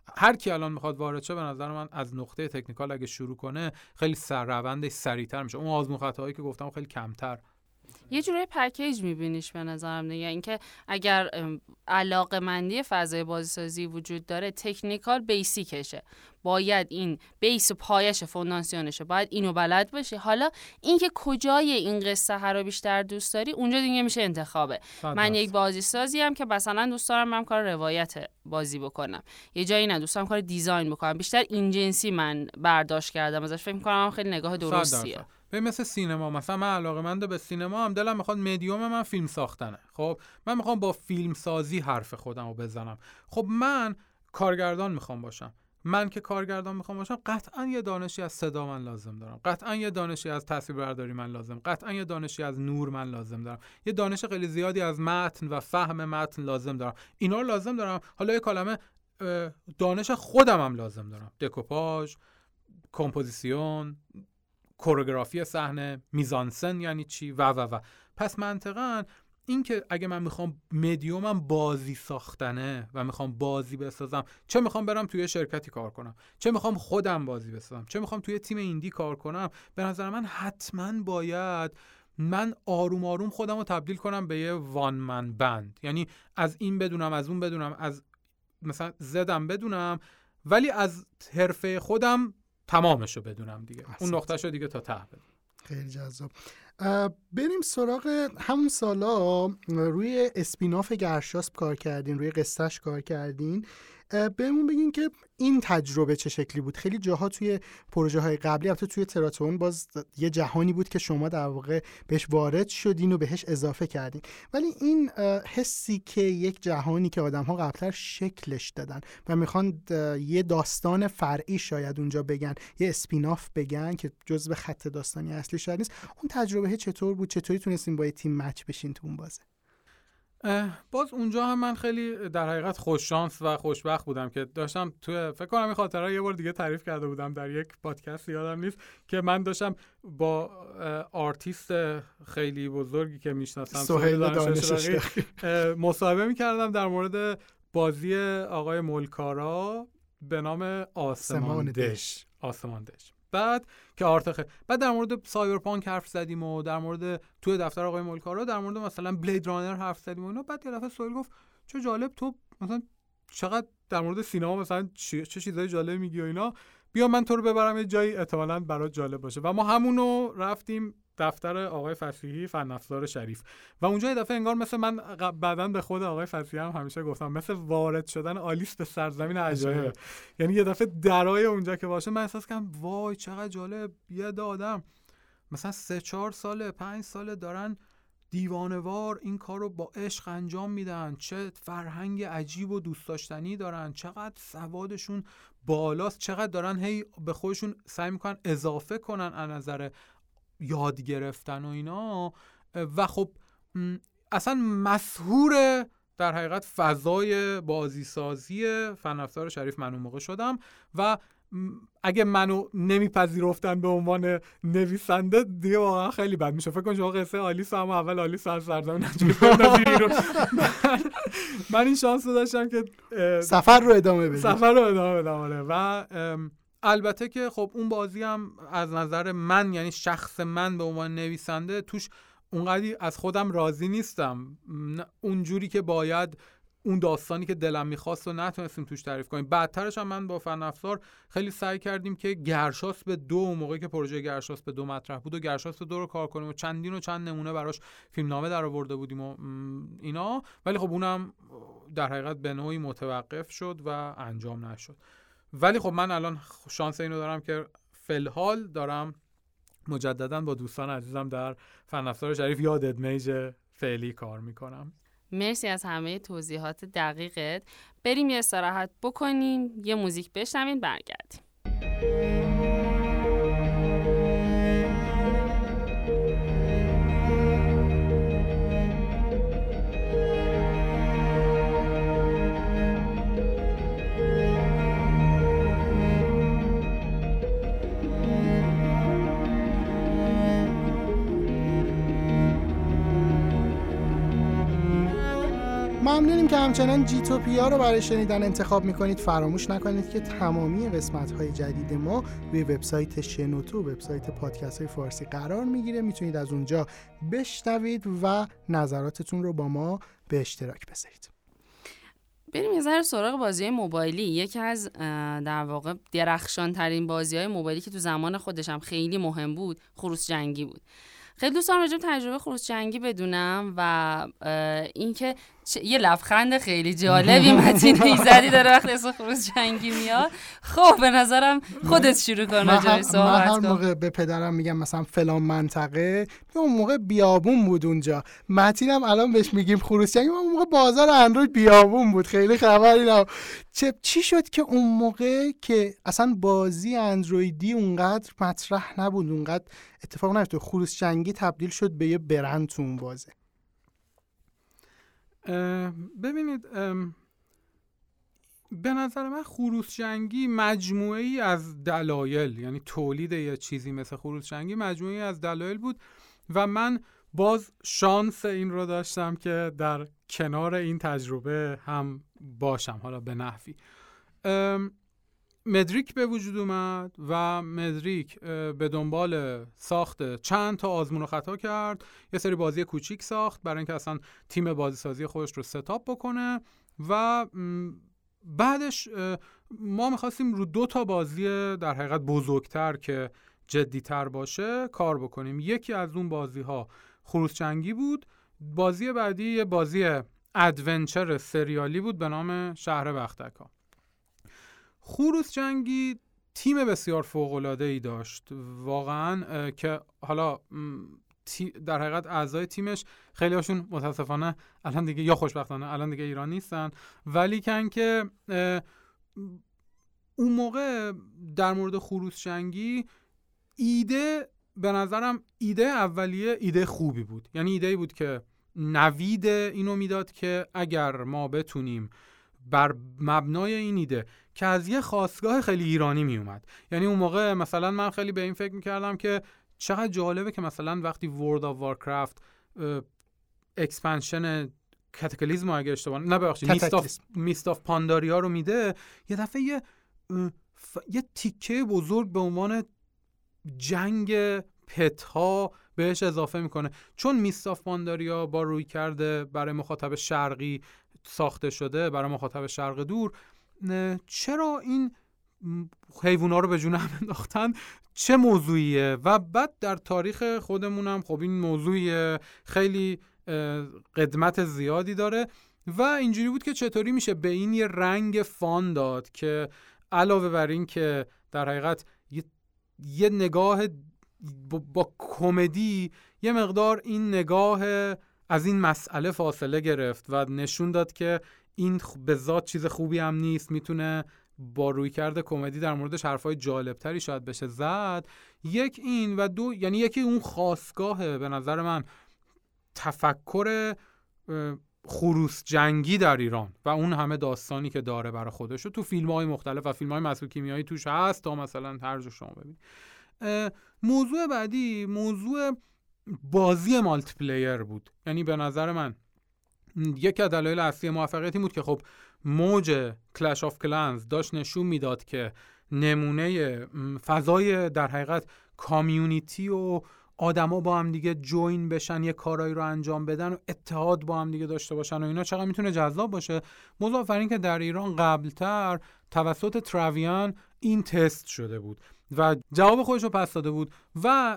هر کی الان میخواد وارد شه به نظر من از نقطه تکنیکال اگه شروع کنه خیلی سر روندش سریعتر میشه، اون آزمون خطاهایی که گفتم خیلی کمتر. یه جوری پکیج میبینیش به نظرم دیگه، اینکه اگر علاقه‌مندی فضای بازیسازی وجود داره، تکنیکال بیسیکشه، باید این بیس و پایش فونداسیونشه، باید اینو بلد باشه. حالا اینکه کجای این قصه ها رو بیشتر دوست داری اونجا دیگه میشه انتخابه. من یک بازیسازی ام که مثلا دوست دارم من کار روایت بازی بکنم، یه جایی نه دوست دارم کار دیزاین بکنم، بیشتر این جنسی من برداشت کردم ازش، فکر می‌کنم خیلی نگاه درستیه. به مثل سینما، مثلا من علاقه‌مند به سینما هم، دلم میخواد مدیوم من فیلم ساختنه، خب من میخوام با فیلم سازی حرف خودم رو بزنم. خب من کارگردان میخوام باشم، من که کارگردان میخوام باشم قطعا یه دانشی از صدا من لازم دارم، قطعا یه دانشی از تصویربرداری من لازم، قطعا یه دانشی از نور من لازم دارم، یه دانش خیلی زیادی از متن و فهم متن لازم دارم. اینا رو لازم دارم. حالا یه کلمه دانش خودم هم لازم دارم، دکوپاژ، کمپوزیسیون، کوروگرافی صحنه، میزانسن یعنی چی و و و. پس منطقاً این که اگه من میخوام مدیومم بازی ساختنه و میخوام بازی بسازم، چه میخوام برم توی شرکتی کار کنم، چه میخوام خودم بازی بسازم، چه میخوام توی تیم ایندی کار کنم، به نظر من حتماً باید من آروم آروم خودم رو تبدیل کنم به یه وان من بند. یعنی از این بدونم، از اون بدونم، از مثلا زدم بدونم، ولی از حرفه خودم تمامشو بدونم دیگه. احسن. اون نقطهشو دیگه تا ته بدونم. خیلی جذاب. بریم سراغ همون سالا روی اسپیناف گرشاسب کار کردین، روی قصهش کار کردین. بهمون بگین که این تجربه چه شکلی بود. خیلی جاها توی پروژه های قبلی، البته توی تراتون باز یه جهانی بود که شما در واقع بهش وارد شدین و بهش اضافه کردین، ولی این حسی که یک جهانی که آدم ها قبلتر شکلش دادن و میخوان یه داستان فرعی شاید اونجا بگن، یه اسپیناف بگن که جزء خط داستانی اصلی شاید نیست، اون تجربه چطور بود؟ چطوری تونستین با یه تیم مچ بشین تو اون بازه؟ باز اونجا هم من خیلی در حقیقت خوش شانس و خوشبخت بودم که داشتم توی، فکر کنم این خاطره یه بار دیگه تعریف کرده بودم در یک پادکست یادم نیست، که من داشتم با آرتیست خیلی بزرگی که میشناسم، سهیل دانشش، مصاحبه میکردم در مورد بازی آقای ملکارا به نام آسمان دش. آسمان دش بعد که آرتخه، بعد در مورد سایبرپانک حرف زدیم و در مورد توی دفتر آقای ملکارا در مورد مثلا بلید رانر حرف زدیم و اینا. بعد یه دفعه سوال گفت چه جالب، تو مثلا چقدر در مورد سینما مثلا چه چیزای جالب میگی و اینا، بیا من تو رو ببرم یه جایی احتمالاً برات جالب باشه. و ما همونو رفتیم دفتر آقای فصیحی فن افزار شریف و اونجا یه دفعه انگار مثل من بعداً به خود آقای فصیحی هم همیشه گفتم مثل وارد شدن آلیس به سرزمین عجایب، یعنی یه دفعه درای اونجا که باشه من احساس کردم وای چقدر جالب، یه آدم مثلا سه چهار ساله پنج ساله دارن دیوانه‌وار این کار رو با عشق انجام میدن، چه فرهنگ عجیب و دوست داشتنی دارن، چقدر سوادشون بالاست، چقدر دارن هی به خودشون سعی میکنن اضافه کنن از نظر یاد گرفتن و اینا. و خب اصلا مسحور در حقیقت فضای بازیسازی فن افزار شریف من اون موقع شدم و اگه منو نمیپذیرفتن به عنوان نویسنده دیگه واقعا خیلی بد میشه. فکر کنم شما قصه آلیس هم اول آلیس از سرزمین عجایب من این شانس رو داشتم که سفر رو ادامه بدم سفر رو ادامه بدم و البته که خب اون بازی هم از نظر من، یعنی شخص من به عنوان نویسنده، توش اونقدی از خودم راضی نیستم، اونجوری که باید اون داستانی که دلم میخواست و نتونستیم توش تعریف کنیم. بعدترش هم من با فن افزار خیلی سعی کردیم که گرشاسب دو، موقعی که پروژه گرشاسب دو مطرح بود و گرشاسب دو رو کار کنیم و چندین و چند نمونه براش فیلمنامه در آورده بودیم و اینا، ولی خب اونم در حقیقت به نوعی متوقف شد و انجام نشد. ولی خب من الان شانس اینو دارم که فی‌الحال دارم مجددا با دوستان عزیزم در فن افزار شریف یا ددمیج فعلی کار میکنم. مرسی از همه توضیحات دقیقت. بریم یه استراحت بکنیم، یه موزیک بشنویم، برگردیم. من ممنونیم که همچنان جیتوپیا رو برای شنیدن انتخاب میکنید. فراموش نکنید که تمامی قسمت‌های جدید ما روی وبسایت شنوتو، وبسایت پادکست‌های فارسی قرار میگیره. میتونید از اونجا بشنوید و نظراتتون رو با ما به اشتراک بذارید. بریم یه ذره سراغ بازی‌های موبایلی. یکی از در واقع درخشان ترین بازی‌های موبایلی که تو زمان خودش هم خیلی مهم بود، خروس جنگی بود. خیلی دوست دارم راجع به تجربه خروس جنگی بدونم و اینکه یه لبخند خیلی جالبی متین ایزدی داره وقتی اسم خروس جنگی میاد. خب به نظرم خودت شروع کن راجع به صحبت کن. من هر موقع به پدرم میگم مثلا فلان منطقه، اون موقع بیابون بود اونجا. متینم الان بهش میگیم خروس جنگی، اون موقع بازار اندروید بیابون بود، خیلی خبری نبود. چه چی شد که اون موقع که اصلا بازی اندرویدی اونقدر مطرح نبود، اونقدر اتفاق نیفتاد، خروس جنگی تبدیل شد به یه برند تو اون بازه؟ ببینید، به نظر من خروس جنگی مجموعه‌ای از دلایل، یعنی تولید یه چیزی مثل خروس جنگی مجموعه‌ای از دلایل بود و من باز شانس این رو داشتم که در کنار این تجربه هم باشم، حالا به نحوی. مدریک به وجود اومد و مدریک به دنبال ساخت چند تا آزمون و خطا کرد، یه سری بازی کوچیک ساخت برای اینکه اصلا تیم بازی سازی خودش رو ستاپ بکنه و بعدش ما می‌خواستیم رو دو تا بازی در حقیقت بزرگتر که جدی‌تر باشه کار بکنیم. یکی از اون بازی‌ها خروس جنگی بود، بازی بعدی یه بازی ادونچر سریالی بود به نام شهر بختک‌ها. خروس جنگی تیم بسیار فوق‌العاده‌ای داشت واقعاً، که حالا در حقیقت اعضای تیمش خیلی هاشون متاسفانه الان دیگه یا خوشبختانه الان دیگه ایران نیستن، ولی کن که اون موقع در مورد خروس جنگی ایده به نظرم ایده اولیه ایده خوبی بود، یعنی ایده‌ای بود که نوید اینو میداد که اگر ما بتونیم بر مبنای این ایده که از یه خاستگاه خیلی ایرانی می اومد، یعنی اون موقع مثلا من خیلی به این فکر میکردم که چقدر جالبه که مثلا وقتی وورلد آف وارکرافت اکسپنشن کاتاکلیزم اگه اشتباه نه ببخشید میست آف میست آف پانداریا رو میده، یه دفعه یه ف... یه تیکه بزرگ به عنوان جنگ پت‌ها بهش اضافه میکنه، چون میست آف پانداریا با روی کرده برای مخاطب شرقی ساخته شده، برای مخاطب شرق دور. چرا این حیوونا رو به جون هم انداختن؟ چه موضوعیه؟ و بعد در تاریخ خودمونم خب این موضوع خیلی قدمت زیادی داره و اینجوری بود که چطوری میشه به این یه رنگ فان داد که علاوه بر این که در حقیقت یه, یه نگاه با, با کمدی یه مقدار این نگاه از این مسئله فاصله گرفت و نشون داد که این به ذات چیز خوبی هم نیست، میتونه با روی کرده کمدی در موردش حرفای جالبتری شاید بشه زد. یک این و دو، یعنی یکی اون خاستگاه به نظر من تفکر خروس جنگی در ایران و اون همه داستانی که داره برای خودش و تو فیلم‌های مختلف و فیلم‌های مسئول کیمیایی توش هست تا مثلا هر جا شما ببین. موضوع بعدی موضوع بازی مالتی پلیر بود، یعنی به نظر من یکی از دلایل اصلی موفقیت این بود که خب موج کلش آف کلنز داشت نشون میداد که نمونه فضای در حقیقت کامیونیتی و آدما با هم دیگه جوین بشن، یه کارایی رو انجام بدن و اتحاد با هم دیگه داشته باشن و اینا چقدر میتونه جذاب باشه. مضاف بر این که در ایران قبلتر توسط تراویان این تست شده بود و جواب خودش رو پس داده بود و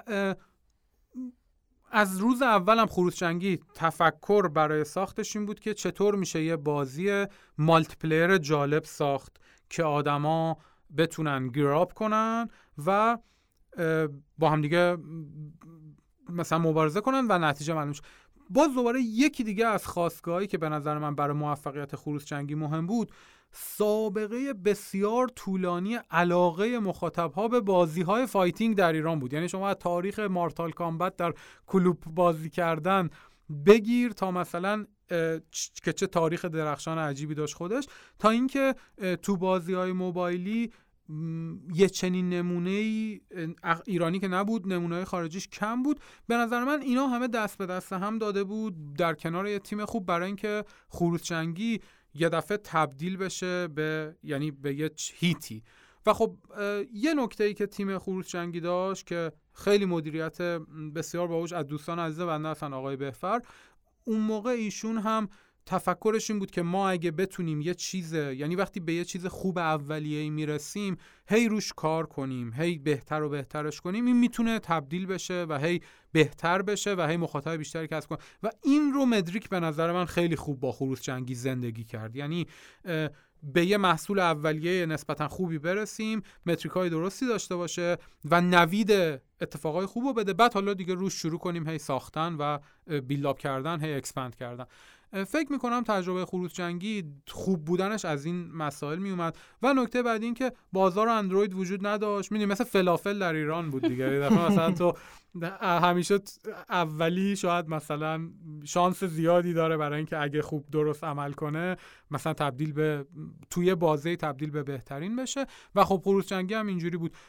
از روز اولم خروس جنگی تفکر برای ساختش این بود که چطور میشه یه بازی مالتی پلیر جالب ساخت که آدما بتونن گراب کنن و با هم دیگه مثلا مبارزه کنن و نتیجه معلوم شه. باز دوباره یکی دیگه از خاستگاهایی که به نظر من برای موفقیت خروس جنگی مهم بود، سابقه بسیار طولانی علاقه مخاطب‌ها به بازی‌های فایتینگ در ایران بود. یعنی شما از تاریخ مارتال کامبت در کلوب بازی کردن بگیر تا مثلا که چه تاریخ درخشان عجیبی داشت خودش، تا اینکه تو بازی‌های موبایلی یه چنین نمونه‌ای ایرانی که نبود، نمونه‌های خارجیش کم بود. به نظر من اینا همه دست به دست هم داده بود در کنار یه تیم خوب برای اینکه خروسچنگی یه دفعه تبدیل بشه به یعنی به یه هیتی. و خب یه نکته‌ای که تیم خروسچنگی داشت که خیلی مدیریت بسیار باهوش از دوستان عزیز بنده هستن، آقای بهفر، اون موقع ایشون هم تفکرش این بود که ما اگه بتونیم یه چیز، یعنی وقتی به یه چیز خوب اولیه‌ای میرسیم، هی روش کار کنیم، هی بهتر و بهترش کنیم، این میتونه تبدیل بشه و هی بهتر بشه و هی مخاطب بیشتری کسب کنه. و این رو مدریک به نظر من خیلی خوب با خروسچنگی زندگی کرد. یعنی به یه محصول اولیه نسبتا خوبی برسیم، متریکای درستی داشته باشه و نوید اتفاقای خوب رو بده، بعد حالا دیگه روش شروع کنیم هی ساختن و بیلداپ کردن، هی اکسپند کردن. فکر میکنم تجربه خروسچنگی خوب بودنش از این مسائل میومد. و نکته بعد این که بازار اندروید وجود نداشت، میدونی مثل فلافل در ایران بود دیگه. یه دفعه مثلا تو همیشه اولی شاید مثلا شانس زیادی داره برای اینکه اگه خوب درست عمل کنه مثلا تبدیل به توی بازه تبدیل به بهترین بشه. و خب خروسچنگی هم اینجوری بود.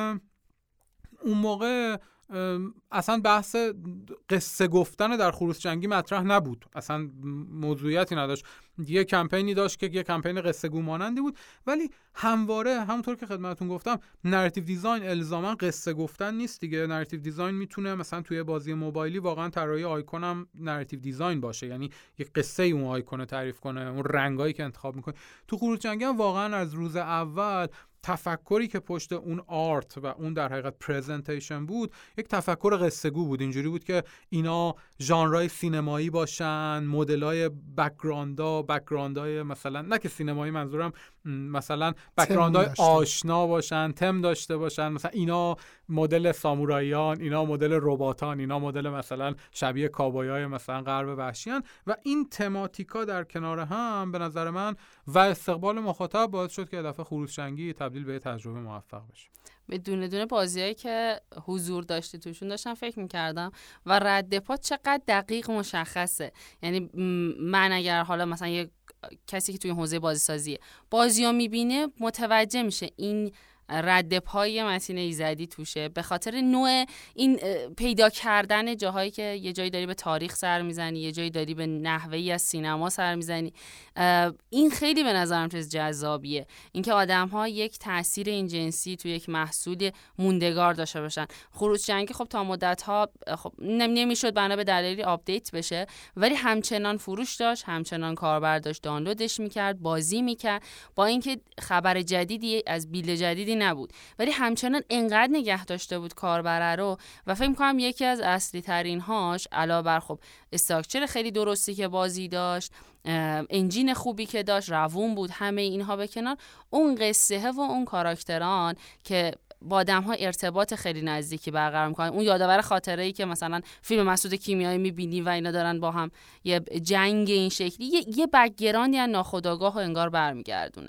اون موقع اصلا بحث قصه گفتن در خروسچنگی مطرح نبود، اصلا موضوعیتی نداشت. یه کمپینی داشت که یه کمپین قصه گو مانندی بود، ولی همواره همونطور که خدمتتون گفتم نراتیو دیزاین الزاما قصه گفتن نیست دیگه. نراتیو دیزاین میتونه مثلا توی بازی موبایلی واقعا طراحی آیکون هم نراتیو دیزاین باشه، یعنی یه قصه اون آیکون تعریف کنه، اون رنگایی که انتخاب میکنه. تو خروسچنگی هم واقعا از روز اول تفکری که پشت اون آرت و اون در حقیقت پرزنتیشن بود یک تفکر قصه گو بود. اینجوری بود که اینا ژانرهای سینمایی باشن، مدل‌های بک‌گراندها، بک‌گراندهای مثلا نه که سینمایی منظورم، مثلا بک‌گراندهای آشنا باشن، تم داشته باشن، مثلا اینا مدل ساموراییان، اینا مدل رباتان، اینا مدل مثلا شبیه کاوبویای مثلا غرب وحشیان. و این تماتیکا در کنار هم به نظر من و استقبال مخاطب باعث شد که دفعه خروسچنگی تبدیل به تجربه موفق بشه. به دونه دونه بازیایی که حضور داشتی توشون داشتم فکر می‌کردم و رد پا چقدر دقیق مشخصه. یعنی من اگر حالا مثلا یه کسی که توی حوزه بازی سازیه بازیو میبینه متوجه میشه این رد پای متین ایزدی توشه، به خاطر نوع این پیدا کردن جاهایی که یه جایی داری به تاریخ سر میزنی، یه جایی داری به نحوهی از سینما سر میزنی. این خیلی به نظرم چیز جذابیه، اینکه آدم‌ها یک تاثیر این جنسی توی یک محصول موندگار داشته باشن. خروسچنگی خب تا مدت‌ها خب نمیشد بنا به دلایلی آپدیت بشه، ولی همچنان فروش داشت، همچنان کاربر داشت دانلودش میکرد، بازی میکرد، با اینکه خبر جدیدی از بیل جدیدی نبود، ولی همچنان انقدر نگه داشته بود کاربر رو. و فکر می‌کنم یکی از اصلی ترین هاش علاوه بر خب استراکچر خیلی درستی که بازی داشت، انجین خوبی که داشت، روون بود، همه اینها به کنار، اون قصه و اون کاراکتران که با آدم‌ها ارتباط خیلی نزدیکی برقرار می‌کنن. اون یادآور خاطره‌ای که مثلا فیلم مسعود کیمیایی می‌بینی و اینا دارن با هم یه جنگ این شکلی، یه, یه بک‌گراندی از ناخودآگاه و انگار برمیگردونه.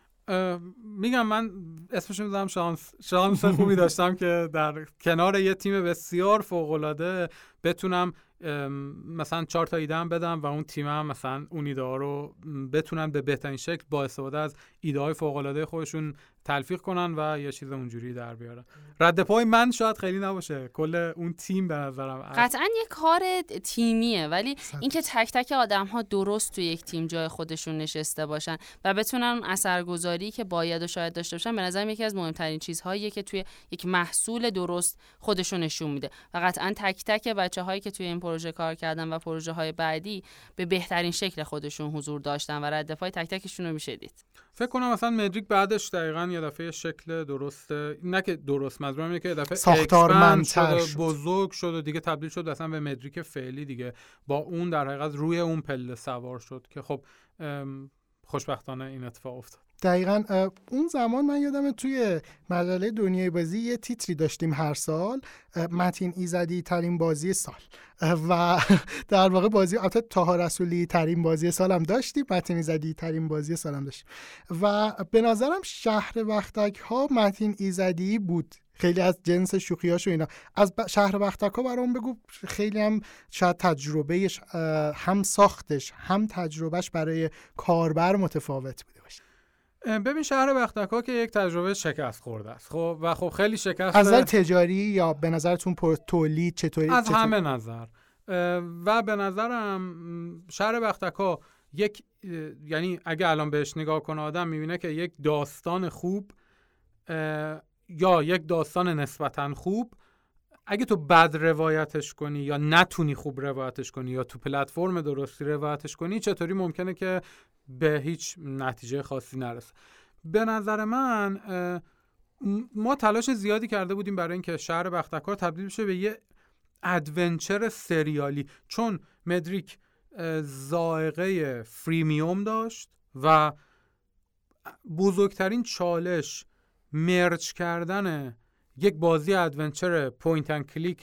میگم من اسمش میذارم شانس شانس خوبی داشتم که در کنار یه تیم بسیار فوق‌العاده بتونم مثلا چهار تا ایده هم بدم و اون تیم هم مثلا اون ایده ها رو بتونن به بهترین شکل با استفاده از ایده های فوق‌العاده خودشون تلفیق کنن و یه چیز اونجوری در بیارن. رد پای من شاید خیلی نباشه، کل اون تیم به نظرم قطعا یه کار تیمیه، ولی اینکه تک تک آدم ها درست توی یک تیم جای خودشون نشسته باشن و بتونن اثرگذاری که باید و شاید داشته باشن، به نظرم یکی از مهمترین چیزهاییه که توی یک محصول درست خودشون نشون میده. و قطعا تک تک بچه‌هایی که توی این پروژه کار کردن و پروژه های بعدی به بهترین شکل خودشون حضور داشتن و رد پای تک تکشون رو میشه دید. فکر کنم مثلا مدریک بعدش دقیقاً یه دفعه شکل درست، نه که درست، منظورم اینه که یه دفعه ساختارمندتر شد، بزرگ شد و دیگه تبدیل شد اصلا به مدریک فعلی دیگه، با اون در حقیقت روی اون پله سوار شد که خب خوشبختانه این اتفاق افتاد. دقیقاً اون زمان من یادمه توی مجله دنیای بازی یه تیتری داشتیم هر سال، متین ایزدی ترین بازی سال، و در واقع بازی البته طه رسولی ترین بازی سال هم داشتیم، متین ایزدی ترین بازی سال هم داشتیم و به نظرم شهر وقتک ها متین ایزدی بود. خیلی از جنس شوخیاش و اینا. از شهر وقتک ها برام بگو، خیلی هم شاید تجربهش هم ساختش هم تجربهش برای کاربر متفاوت بوده باشه. ببین شهر بختک‌ها که یک تجربه شکست خورده است، خب و خب خیلی شکست از نظر تجاری یا به نظرتون تولید چطوری؟ از چطوری؟ همه نظر. و به نظرم شهر بختک‌ها یک، یعنی اگه الان بهش نگاه کنه آدم میبینه که یک داستان خوب یا یک داستان نسبتاً خوب اگه تو بد روایتش کنی یا نتونی خوب روایتش کنی یا تو پلتفرم درستی روایتش کنی، چطوری ممکنه که به هیچ نتیجه خاصی نرسه. به نظر من ما تلاش زیادی کرده بودیم برای اینکه شهر بختک‌ها تبدیل بشه به یه ادونچر سریالی، چون مدریک ذائقه فریمیوم داشت و بزرگترین چالش مرج کردن یک بازی ادونچر پوینت اند کلیک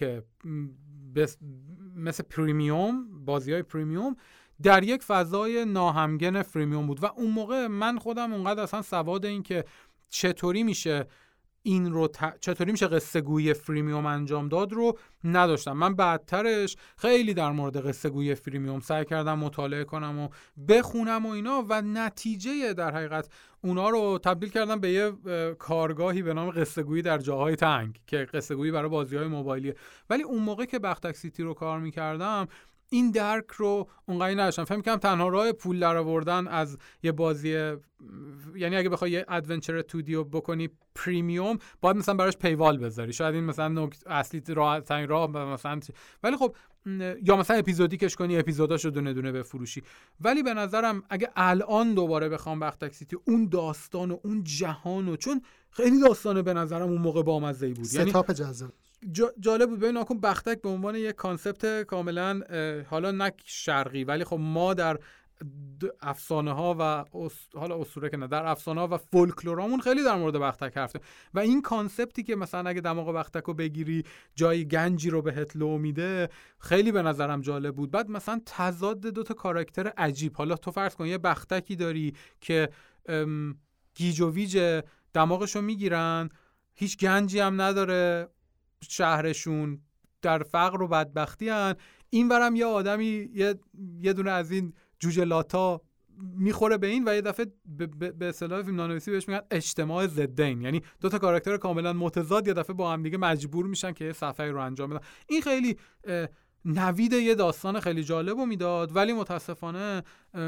مثل پریمیوم، بازی‌های پریمیوم در یک فضای ناهمگن فریمیوم بود و اون موقع من خودم اونقدر اصلا سواد این که چطوری میشه این رو ت... چطوری میشه قصه گویی فریمیوم انجام داد رو نداشتم. من بعدترش خیلی در مورد قصه گویی فریمیوم سعی کردم مطالعه کنم و بخونم و اینا و نتیجه در حقیقت اونا رو تبدیل کردم به یه کارگاهی به نام قصه گویی در جاهای تنگ که قصه گویی برای بازی‌های موبایلیه. ولی اون موقع که بختک سیتی رو کار می‌کردم این درک رو اونقدر نداشتم. فهم کردم تنها راه پول درآوردن از یه بازی، یعنی اگه بخوای یه ادونچر تو دی بکنی پریمیوم باید مثلا براش پیوال بذاری، شاید این مثلا نکته اصلی راه ترین راه مثلا، ولی خب یا مثلا اپیزودیکش کنی اپیزوداشو دونه دونه بفروشی. ولی به نظرم اگه الان دوباره بخوام بختک سیتی اون داستان و اون جهان و چون خیلی داستانه به نظرم اون موقع بامزه‌ای بود، یعنی ستاپ جذاب جالب بود. ببین آکن بختک به عنوان یک کانسپت کاملا حالا نه شرقی ولی خب ما در افسانه ها و اس... حالا اسطوره که نه، در افسانه ها و فولکلورامون خیلی در مورد بختک حرف زدیم و این کانسپتی که مثلا اگه دماغ بختک رو بگیری جای گنجی رو بهت لو میده خیلی به نظرم جالب بود. بعد مثلا تضاد دو تا کاراکتر عجیب، حالا تو فرض کن یه بختکی داری که گیج و ویج دماغشو میگیرن، هیچ گنجی هم نداره، شهرشون در فقر و بدبختی هن، این ورم یه آدمی یه, یه دونه از این جوجه لاتا میخوره به این و یه دفعه به اصطلاح فیلمنامه‌نویسی بهش میگن اجتماع ضدین، یعنی دو تا کاراکتر کاملا متضاد یه دفعه با هم دیگه مجبور میشن که یه صفحه رو انجام بدن. این خیلی نوید یه داستان خیلی جالب رو میداد، ولی متاسفانه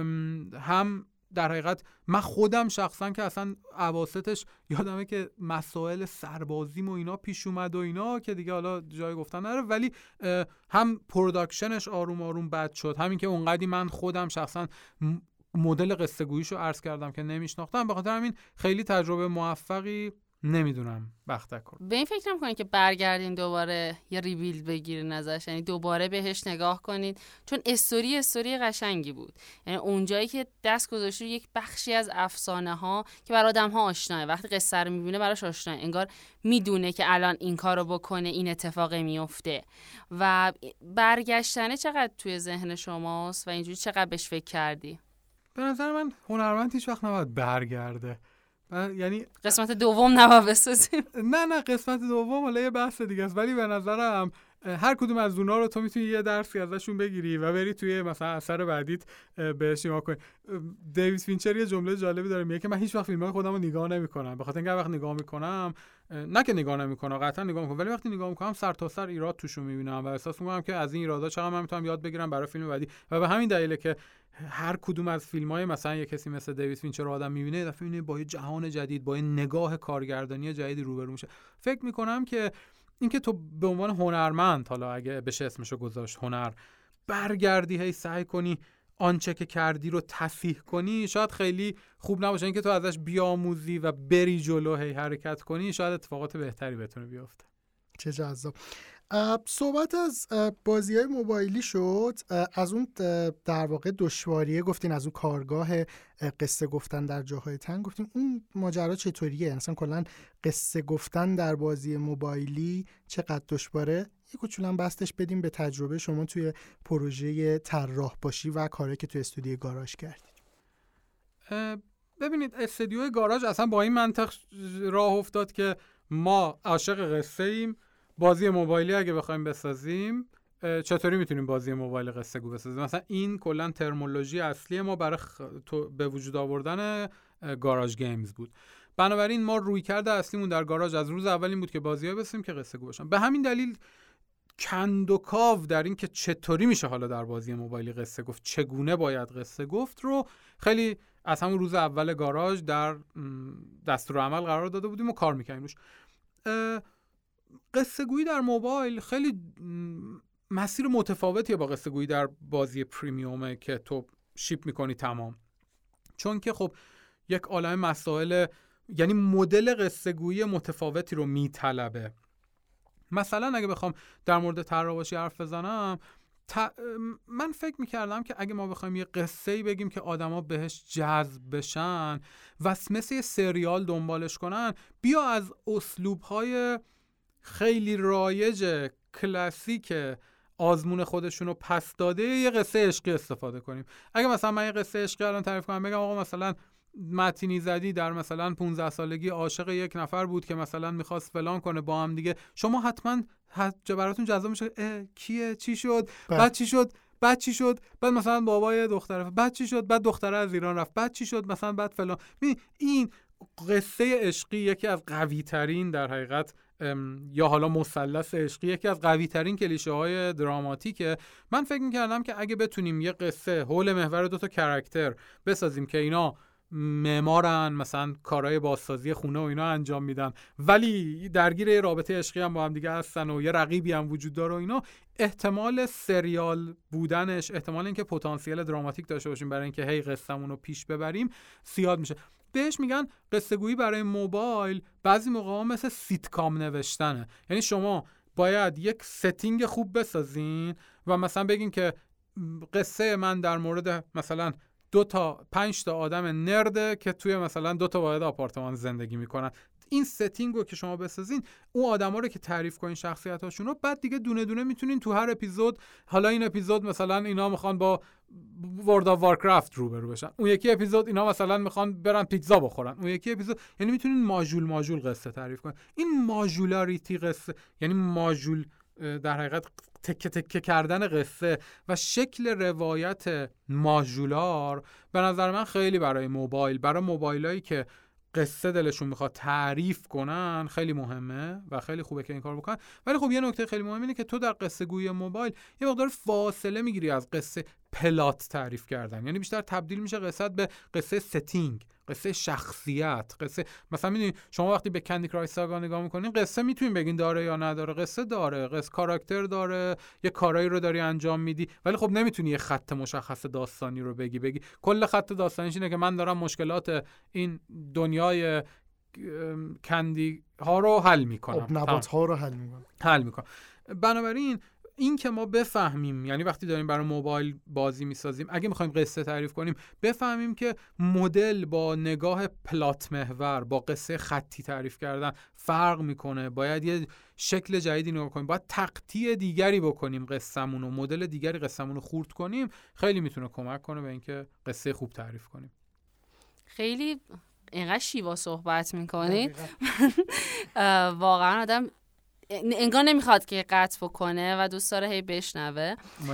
هم در حقیقت من خودم شخصا که اصلا اواسطش یادمه که مسائل سربازیم و اینا پیش اومد و اینا که دیگه حالا جای گفتن نره، ولی هم پروداکشنش آروم آروم بد شد، همین که اونقدی من خودم شخصا مدل قصه گوییشو عرض کردم که نمیشناختم، به خاطر همین خیلی تجربه موفقی نمیدونم بختک رو. به این فکر نمی‌کنید که برگردین دوباره یه ریبیلد بگیرین ازش، یعنی دوباره بهش نگاه کنید، چون استوری استوری قشنگی بود، یعنی اونجایی که دست گذاشته یک بخشی از افسانه ها که برای آدم‌ها آشناه، وقتی قصه رو می‌بینه براش آشناه، انگار میدونه که الان این کارو بکنه این اتفاق میفته و برگشتنه چقدر توی ذهن شماست و اینجوری چقدر بهش فکر کردی؟ به نظر من هنرمند هیچ وقت نباید برگرده، یعنی قسمت دوم نباید بسازیم. نه نه قسمت دوم حالا یه بحث دیگه است، ولی به نظرم هر کدوم از اونها رو تو میتونی یه درسی ازشون بگیری و بری توی مثلا اثر بعدیت بهش نگاه کنی. دیوید فینچر یه جمله جالبی داره میگه که من هیچ وقت فیلم‌های خودم رو نگاه نمی‌کنم، به خاطر اینکه وقت نگاه می‌کنم، نه که نگاه نمی‌کنم، قطعا نگاه می‌کنم، ولی وقتی نگاه می‌کنم سر تا سر ایراد توشو می‌بینم و احساس می‌کنم که از این ایرادا چقدر من می‌تونم یاد بگیرم برای فیلم بعدی و به همین دلیله که هر کدوم از فیلم‌های مثلا یه کسی مثل دیوید فینچر رو آدم می‌بینه، دفعه می‌بینه با یه جهان جدید، با یه نگاه کارگردانی جدیدی روبرو میشه. فکر می‌کنم که اینکه تو به عنوان هنرمند، حالا اگه بشه اسمشو گذاشت هنر، برگردی هی سعی کنی آنچه که کردی رو تصحیح کنی، شاید خیلی خوب نباشه. اینکه تو ازش بیاموزی و بری جلو هی حرکت کنی، شاید اتفاقات بهتری بتونه بیفته. چه جذاب. صحبت از بازی‌های موبایلی شد، از اون در واقع دشواریه گفتین، از اون کارگاه قصه گفتن در جاهای تنگ گفتین، اون ماجرا چطوریه؟ مثلا کلا قصه گفتن در بازی موبایلی چقدر دشواره؟ یه کوچولو بستش بدیم به تجربه شما توی پروژه طراح باشی و کاری که توی استودیو گاراژ کردید. ببینید استودیو گاراژ اصلا با این منطق راه افتاد که ما عاشق قصه ایم، بازی موبایلی اگه بخوایم بسازیم چطوری میتونیم بازی موبایل قصه گو بسازیم. مثلا این کلا ترمولوژی اصلی ما برای خ... تو... به وجود آوردن گاراژ گیمز بود. بنابراین ما رویکرد اصلیمون در گاراژ از روز اول این بود که بازی‌ها بسازیم که قصه گو باشن. به همین دلیل کند و کاو در این که چطوری میشه حالا در بازی موبایلی قصه گفت، چگونه باید قصه گفت رو خیلی از همون روز اول گاراژ در دستورالعمل قرار داده بودیم و کار می‌کردیم روش. قصه گویی در موبایل خیلی مسیر متفاوتیه با قصه گویی در بازی پریمیومه که تو شیپ می‌کنی تمام، چون که خب یک عالمه مسائل، یعنی مدل قصه گویی متفاوتی رو میطلبه. مثلا اگه بخوام در مورد طراحی حرف بزنم، ت... من فکر میکردم که اگه ما بخوایم یه قصه‌ای بگیم که آدما بهش جذب بشن و مثل یه سریال دنبالش کنن، بیا از اسلوب‌های خیلی رایج کلاسیک آزمون خودشونو پس داده یه قصه عشقی استفاده کنیم. اگه مثلا من یه قصه عشقی الان تعریف کنم، بگم آقا مثلا متین ایزدی در مثلا پانزده سالگی عاشق یک نفر بود که مثلا میخواست فلان کنه با هم دیگه، شما حتما حتما براتون جذاب میشه کیه، چی شد، بعد چی شد، بعد چی شد، بعد مثلا بابای دختره، بعد چی شد، بعد دختره از ایران رفت، بعد چی شد مثلا، بعد فلان. این قصه عشقی یکی از قوی ترین در حقیقت یا حالا مثلث عشقی یکی از قوی ترین کلیشه های دراماتیکه. من فکر میکردم که اگه بتونیم یه قصه حول محور دو تا کاراکتر بسازیم که اینا معمارن، مثلا کارهای بازسازی خونه و اینا انجام میدن، ولی درگیر رابطه عشقی هم با هم دیگه هستن و یه رقیبی هم وجود داره و اینا، احتمال سریال بودنش، احتمال اینکه پتانسیل دراماتیک داشته باشیم برای اینکه هی قصه‌مون رو پیش ببریم زیاد میشه. بهش میگن قصه گویی برای موبایل بعضی موقعا مثل سیتکام نوشتنه. یعنی شما باید یک ستینگ خوب بسازین و مثلا بگین که قصه من در مورد مثلا دو تا پنج تا آدم نرده که توی مثلا دو تا واحد آپارتمان زندگی میکنن. این ستینگ رو که شما بسازین، اون آدما رو که تعریف کنین شخصیتاشون رو، بعد دیگه دونه دونه میتونین تو هر اپیزود، حالا این اپیزود مثلا اینا میخوان با ورد آف وارکرافت روبرو بشن، اون یکی اپیزود اینا مثلا میخوان برن پیتزا بخورن، اون یکی اپیزود، یعنی میتونین ماژول ماژول قصه تعریف کنین. این ماژولاریتی قصه، یعنی ماژول در حقیقت تکه تکه کردن قصه و شکل روایت ماژولار، به نظر من خیلی برای موبایل، برای موبایلایی که قصه دلشون میخواد تعریف کنن خیلی مهمه و خیلی خوبه که این کار بکنن. ولی خب یه نکته خیلی مهم اینه که تو در قصه گویی موبایل یه مقدار فاصله میگیری از قصه پلات تعریف کردن، یعنی بیشتر تبدیل میشه قصه به قصه ستینگ، قصه شخصیت، قصه مثلا میدونی شما وقتی به کندی کرای ساگا نگاه میکنین، قصه میتونین بگین داره یا نداره، قصه داره، قصه کاراکتر داره، یه کارایی رو داری انجام میدی، ولی خب نمیتونی یه خط مشخص داستانی رو بگی بگی کل خط داستانیش اینه که من دارم مشکلات این دنیای کندی ها رو حل میکنم، خب نبات ها رو حل میکنم حل میکنم. بنابراین این که ما بفهمیم، یعنی وقتی داریم برای موبایل بازی میسازیم، اگه میخوایم قصه تعریف کنیم، بفهمیم که مدل با نگاه پلات محور با قصه خطی تعریف کردن فرق میکنه، باید یه شکل جدیدی نگاه کنیم، باید تقطیع دیگری بکنیم قصه‌مون و مدل دیگری قصه‌مون رو خورد کنیم، خیلی میتونه کمک کنه به اینکه قصه خوب تعریف کنیم. خیلی اینقدر شیوا صحبت میکنید واقعا آدم انگار نمیخواد که قطع بکنه و دوست داره هی بشنوه.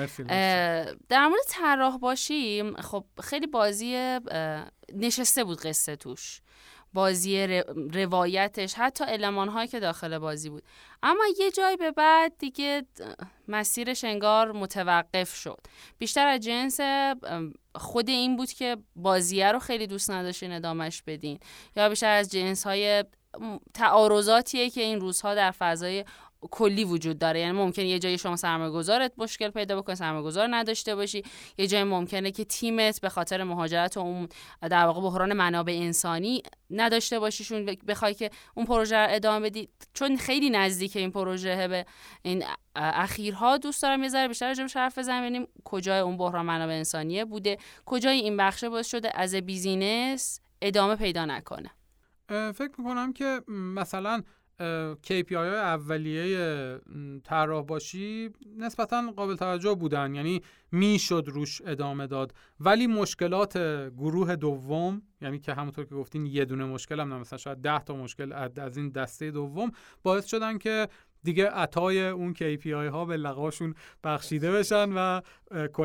در مورد طراح باشی، خب خیلی بازی نشسته بود قصه توش، بازی روایتش، حتی المان‌هایی که داخل بازی بود، اما یه جای به بعد دیگه مسیرش انگار متوقف شد. بیشتر از جنس خود این بود که بازیه رو خیلی دوست نداشتین ادامش بدین، یا بیشتر از جنس‌های تعارضاتیه که این روزها در فضای کلی وجود داره. یعنی ممکنه یه جایی شما سرمایه‌گذارت مشکل پیدا بکنه، سرمایه‌گذار نداشته باشی، یه جایی ممکنه که تیمت به خاطر مهاجرت و اون در واقع بحران منابع انسانی نداشته باشیشون، بخوای که اون پروژه رو ادامه بدی. چون خیلی نزدیک این پروژه به این اخیرها، دوست دارم یه ذره بیشتر راجعش حرف بزنیم، ببینیم کجای اون بحران منابع انسانیه بوده، کجای این بخشه باعث شده از بیزینس ادامه پیدا نکنه. فکر میکنم که مثلا کی پی آی های اولیه طراح باشی نسبتاً قابل توجه بودن، یعنی میشد روش ادامه داد، ولی مشکلات گروه دوم، یعنی که همونطور که گفتین یه دونه مشکل هم نه، مثلا شاید ده تا مشکل از این دسته دوم باعث شدن که دیگه عطای اون کی پی آی ها به لقاشون بخشیده بشن و کلاً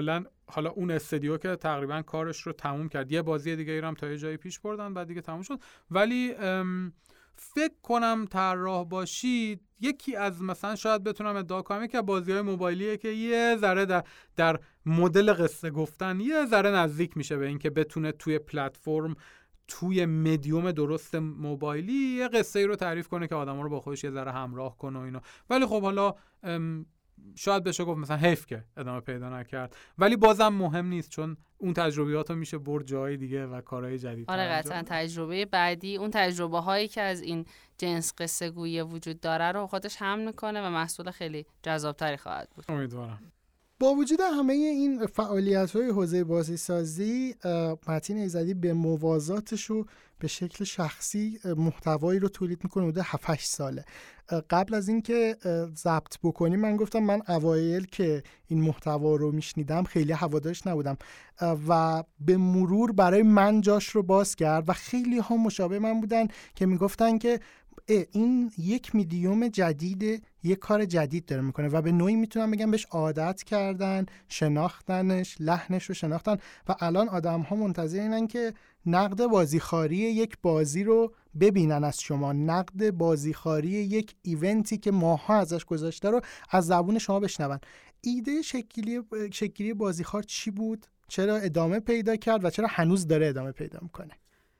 حالا اون استودیو که تقریبا کارش رو تموم کرد، یه بازی دیگه ایرام تا یه جایی پیش بردن بعد دیگه تموم شد. ولی فکر کنم طراح باشید یکی از مثلا شاید بتونم ادعا کنم که بازی‌های موبایلیه که یه ذره در, در مدل قصه گفتن یه ذره نزدیک میشه به این که بتونه توی پلتفرم، توی مدیوم درست موبایلی یه قصه ای رو تعریف کنه که آدما رو با خودش یه ذره همراه کنه و اینا. ولی خب حالا شاید بشه گفت مثلا حیف که ادامه پیدا نکرد، ولی بازم مهم نیست چون اون تجربیات رو میشه برد جای دیگه و کارهای جدید. آره قطعا تجربه بعدی، اون تجربه هایی که از این جنس قصه گویی وجود داره رو خودش حمل میکنه و محصول خیلی جذابتری خواهد بود. امیدوارم. با وجود همه این فعالیت‌های حوزه بازیسازی، متین ایزدی به موازاتش و به شکل شخصی محتوایی رو تولید میکنه حدود هفت هشت ساله. قبل از اینکه ضبط بکنیم من گفتم من اوایل که این محتوا رو میشنیدم خیلی هوادارش نبودم و به مرور برای من جاش رو باز کرد و خیلی ها مشابه من بودن که میگفتن که این یک میدیوم جدیده، یک کار جدید داره میکنه و به نوعی میتونم بگم بهش عادت کردن، شناختنش، لحنش رو شناختن و الان آدم ها منتظر اینن که نقد بازیخواری یک بازی رو ببینن از شما، نقد بازیخواری یک ایونتی که ماها ازش گذاشته رو از زبون شما بشنون. ایده شکلی شکلی بازیخوار چی بود؟ چرا ادامه پیدا کرد و چرا هنوز داره ادامه پیدا میکنه؟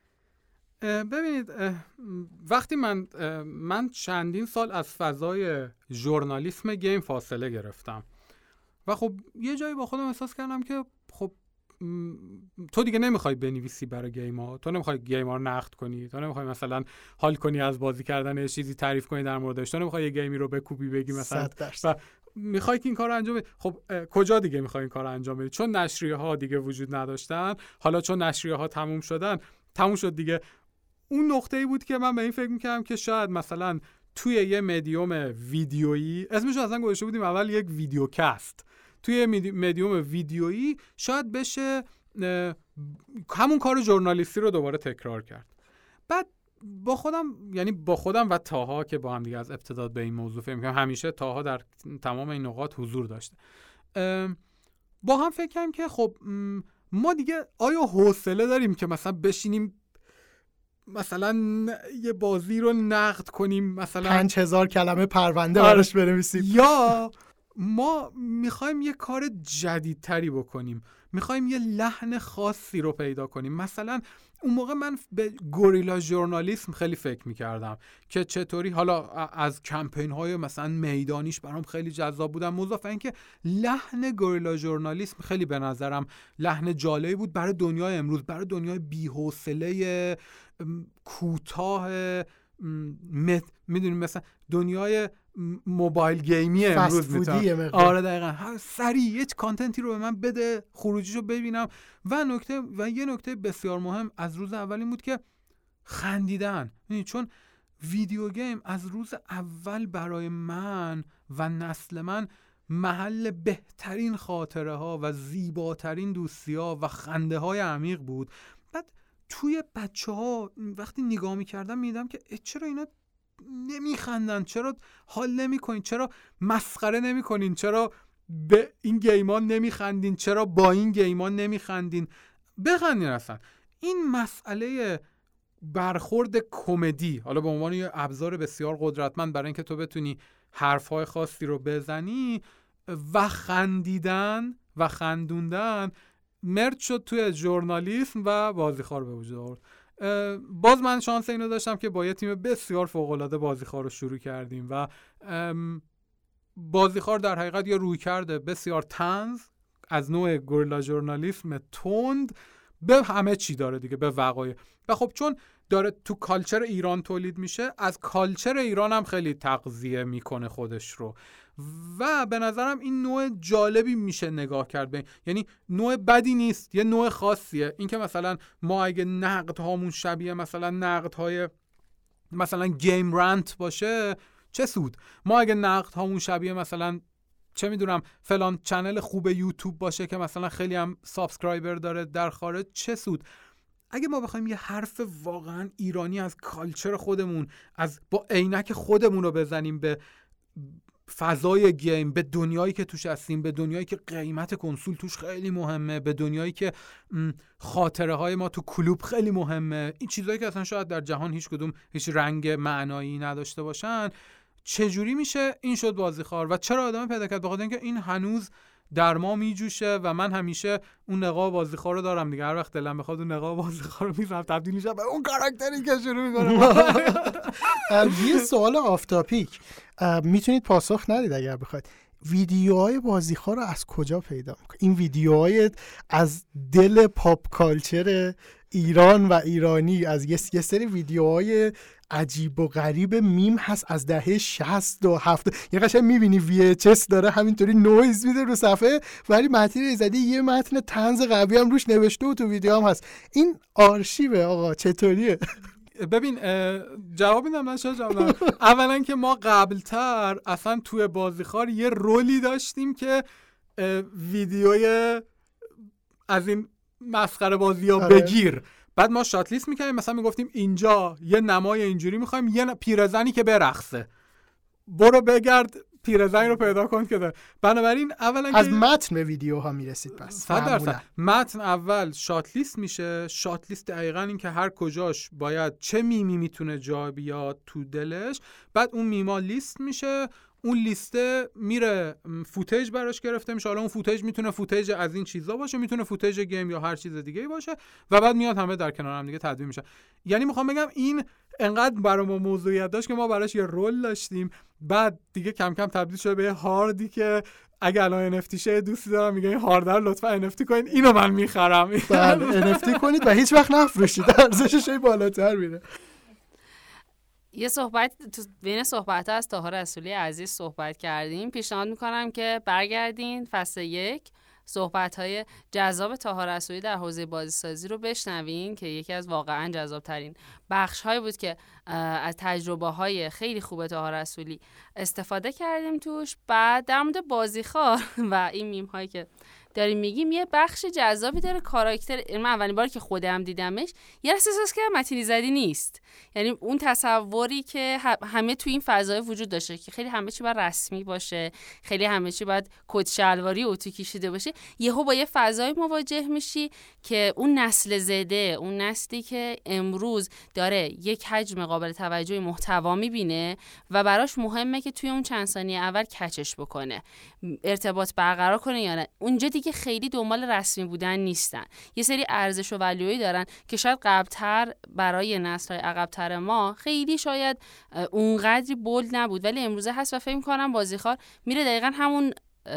ببینید وقتی من من چندین سال از فضای ژورنالیسم گیم فاصله گرفتم و خب یه جایی با خودم احساس کردم که خب تو دیگه نمیخوای بنویسی برای گیم‌ها، تو نمیخوای گیم‌ها رو نقد کنی، تو نمیخوای مثلا حال کنی از بازی کردن یه چیزی تعریف کنی در موردش، تو نمیخوای یه گیمی رو بکوبی بگی مثلا و میخوای که این کارو انجام بدی. خب کجا دیگه میخوای این کارو انجام بدی؟ چون نشریه‌ها دیگه وجود نداشتن، حالا چون نشریه‌ها تموم شدن، تموم شد دیگه. اون نقطه‌ای بود که من به این فکر می‌کردم که شاید مثلا توی یه مدیوم ویدیویی، اسمش رو اصلا گذاشته بودیم اول یک ویدیوکست، توی مدیوم ویدیویی شاید بشه همون کار ژورنالیستی رو دوباره تکرار کرد. بعد با خودم، یعنی با خودم و تاها که با هم دیگه از ابتدا به این موضوع فکر می‌کردم، همیشه تاها در تمام این نقاط حضور داشته، با هم فکر کردیم که خب ما دیگه آیا حوصله داریم که مثلا بشینیم مثلا یه بازی رو نقد کنیم، مثلا پنج هزار کلمه پرونده براش بنویسیم، یا ما میخوایم یه کار جدیدتری بکنیم، میخوایم یه لحن خاصی رو پیدا کنیم. مثلا اون موقع من به گوریلا ژورنالیسم خیلی فکر میکردم که چطوری حالا از کمپین های مثلا میدانیش برام خیلی جذاب بودم، مضافه اینکه لحن گوریلا ژورنالیسم خیلی به نظرم لحن جالبی بود برای دنیای امروز، برای دنیای بی‌حوصله کوتاه، میدونیم مثلا دنیای موبایل گیمی امروز میتونم، آره دقیقاً، سریع یه کانتنتی رو به من بده، خروجیشو ببینم. و نکته و یه نکته بسیار مهم از روز اول این بود که خندیدن، چون ویدیو گیم از روز اول برای من و نسل من محل بهترین خاطره ها و زیباترین دوستی ها و خنده های عمیق بود. بعد توی بچه ها وقتی نگاه میکردم میدیدم که چرا اینا نمیخندن، چرا حال نمیکنین، چرا مسخره نمیکنین، چرا به این گیمان نمیخندین، چرا با این گیمان نمیخندین، بخندین. اصلا این مسئله برخورد کمدی، حالا به عنوان یه ابزار بسیار قدرتمند برای اینکه تو بتونی حرفهای خاصی رو بزنی و خندیدن و خندوندن، مرد شد توی ژورنالیسم و بازیخوار به وجود آورد. باز من شانس اینو داشتم که با یه تیم بسیار فوق‌العاده بازیخوار رو شروع کردیم و بازیخوار در حقیقت یه رویکرد بسیار طنز از نوع گوریلا ژورنالیسم تند به همه چی داره دیگه، به وقایع. و خب چون داره تو کالچر ایران تولید میشه، از کالچر ایران هم خیلی تغذیه میکنه خودش رو و به نظرم این نوع جالبی میشه نگاه کرد به، یعنی نوع بدی نیست، یه نوع خاصیه. این که مثلا ما اگه نقد هامون شبیه مثلا نقد های مثلا گیم رنت باشه چه سود، ما اگه نقد هامون شبیه مثلا چه میدونم فلان چنل خوب یوتیوب باشه که مثلا خیلی هم سابسکرایبر داره در خارج چه سود. اگه ما بخوایم یه حرف واقعا ایرانی از کالچر خودمون، از با عینک خودمون رو بزنیم به فضای گیم، به دنیایی که توش هستیم، به دنیایی که قیمت کنسول توش خیلی مهمه، به دنیایی که خاطره های ما تو کلوب خیلی مهمه، این چیزایی که اصلا شاید در جهان هیچ کدوم هیچ رنگ معنایی نداشته باشن، چجوری میشه این شد بازیخوار و چرا آدم پیدا کرد؟ بخاطر اینکه این هنوز در ما میجوشه و من همیشه اون نقاب بازیخوار رو دارم دیگه. هر وقت دلم بخواد اون نقاب بازیخوار رو میزنم، تبدیل میشم به اون کاراکتری که شروع میکنه. یه سوال آف تاپیک میتونید پاسخ ندید اگر بخواید، ویدیوهای بازیخوار رو از کجا پیدا میکنید؟ این ویدیوهای از دل پاپ کالچر ایران و ایرانی، از یه سری ویدیوهای عجیب و غریب میم هست از دهه شصت و هفتاد. یه قشنگ میبینی وی اچ اس داره همینطوری نویز میده رو صفحه، ولی متین ایزدی یه متن طنز قوی هم روش نوشته و تو ویدیو هم هست. این آرشیوه آقا، چطوریه؟ ببین جواب میدم من شاید جواب اولا که ما قبلتر اصلا توی بازیخوار یه رولی داشتیم که ویدیوی از این مسخره بازی ها بگیر، بعد ما شات لیست میکنیم، مثلا میگفتیم اینجا یه نمای اینجوری میخوایم، یه پیرزنی که برقصه، برو بگرد پیرزنی رو پیدا کن که داره. بنابراین اولا از متن به ویدیوها میرسید. پس صد درصد متن اول شات لیست میشه. شات لیست دقیقاً این که هر کجاش باید چه میمی میتونه جا بیاد تو دلش، بعد اون میما لیست میشه، اون لیسته میره فوتیج براش گرفته میشه. حالا اون فوتیج میتونه فوتیج از این چیزا باشه، میتونه فوتیج گیم یا هر چیز دیگه باشه و بعد میاد همه در کنار هم دیگه تدوین میشه. یعنی میخوام بگم این انقدر برای ما موضوعیت داشت که ما براش یه رول داشتیم، بعد دیگه کم کم تبدیل شده به هاردی که اگه الان ان اف تی شه دوستی دارم میگه این هارد رو لطفا ان اف تی کنید، اینو من میخرم. بله ان اف تی کنید و هیچ وقت نفروشید، ارزشش بالاتر میره. یه صحبت تو بین صحبت‌ها از طاهر رسولی عزیز صحبت کردیم. پیشنهاد میکنم که برگردین فصل یک صحبت‌های جذاب طاهر رسولی در حوزه بازیسازی رو بشنوین که یکی از واقعاً جذاب‌ترین بخش‌هایی بود که از تجربه‌های خیلی خوب طاهر رسولی استفاده کردیم توش. بعد در مورد بازیخوار و این میم‌هایی که داریم میگیم، یه بخش جذابی داره. کاراکتر من اولین بار که خودم دیدمش یه احساس که متین ایزدی نیست، یعنی اون تصوری که همه تو این فضای وجود داشته که خیلی همه چی باید رسمی باشه، خیلی همه چی باید کت شلواری اتو کشیده باشه، یهو با یه فضای مواجه میشی که اون نسل زده، اون نسلی که امروز داره یک حجم قابل توجه محتوا میبینه و براش مهمه که توی اون چند ثانیه اول کچش بکنه، ارتباط برقرار کنه یا نه. اونجا دیگه خیلی دنبال رسمی بودن نیستن، یه سری ارزش و ولیویی دارن که شاید قبل‌تر برای نسل‌های عقب‌تر ما خیلی شاید اونقدری بولد نبود، ولی امروزه هست و فکر می‌کنم بازیخوار میره دقیقاً همون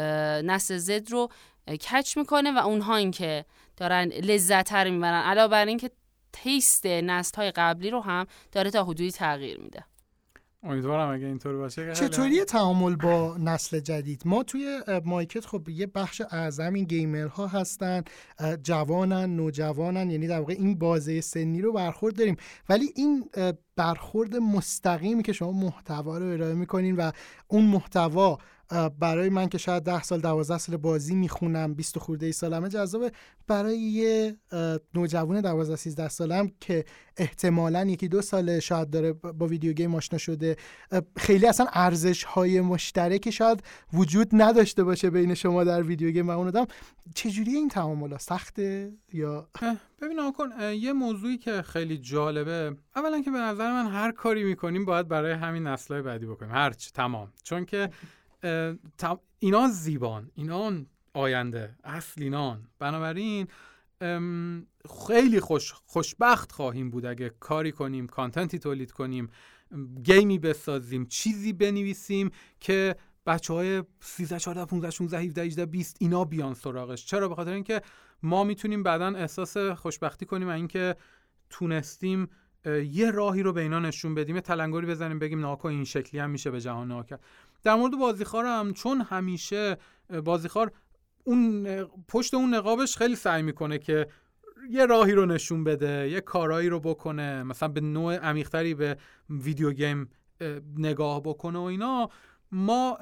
نسل زد رو کچ میکنه و اونها این که دارن لذت تر میبرن، علاوه بر این که تیست نسل‌های قبلی رو هم داره تا حدودی تغییر میده. امیدوارم اگه اینطور باشه. چطوریه تعامل با نسل جدید؟ ما توی مایکت خب یه بخش اعظم این گیمرها هستن، جوانن، نوجوانن، یعنی در واقع این بازه سنی رو برخورد داریم، ولی این برخورد مستقیمی که شما محتوا رو ارائه میکنین و اون محتوا برای من که شاید ده سال دوازده سال بازی میخونم، بیست خورده ای سالمه، جذابه. برای یه نوجوان دوازده سیزده سالم که احتمالاً یکی دو ساله شاید داره با ویدیو گیم آشنا شده، خیلی اصلا ارزش های مشترکی شاید وجود نداشته باشه بین شما در ویدیو گیم و اون آدم. چجوری این تعامل سخته یا؟ ببین آقا کن یه موضوعی که خیلی جالبه، اولا که به نظر من هر کاری میکنیم باید برای همین نسل‌های بعدی بکنیم، هرچی تمام، چون که اینا زیبان، اینا آینده اصل اینان. بنابراین خیلی خوش خوشبخت خواهیم بود اگه کاری کنیم، کانتنتی تولید کنیم، گیمی بسازیم، چیزی بنویسیم که بچهای سیزده چهارده پانزده شانزده هفده هجده بیست اینا بیان سراغش. چرا؟ به خاطر اینکه ما میتونیم بعداً احساس خوشبختی کنیم از اینکه تونستیم یه راهی رو به اینا نشون بدیم، تلنگری بزنیم بگیم ناکو این شکلی هم میشه به جهان نگاه کرد. در مورد بازیخوار هم چون همیشه بازیخوار اون پشت اون نقابش خیلی سعی میکنه که یه راهی رو نشون بده، یه کارایی رو بکنه، مثلا به نوع عمیق‌تری به ویدیو گیم نگاه بکنه و اینا. ما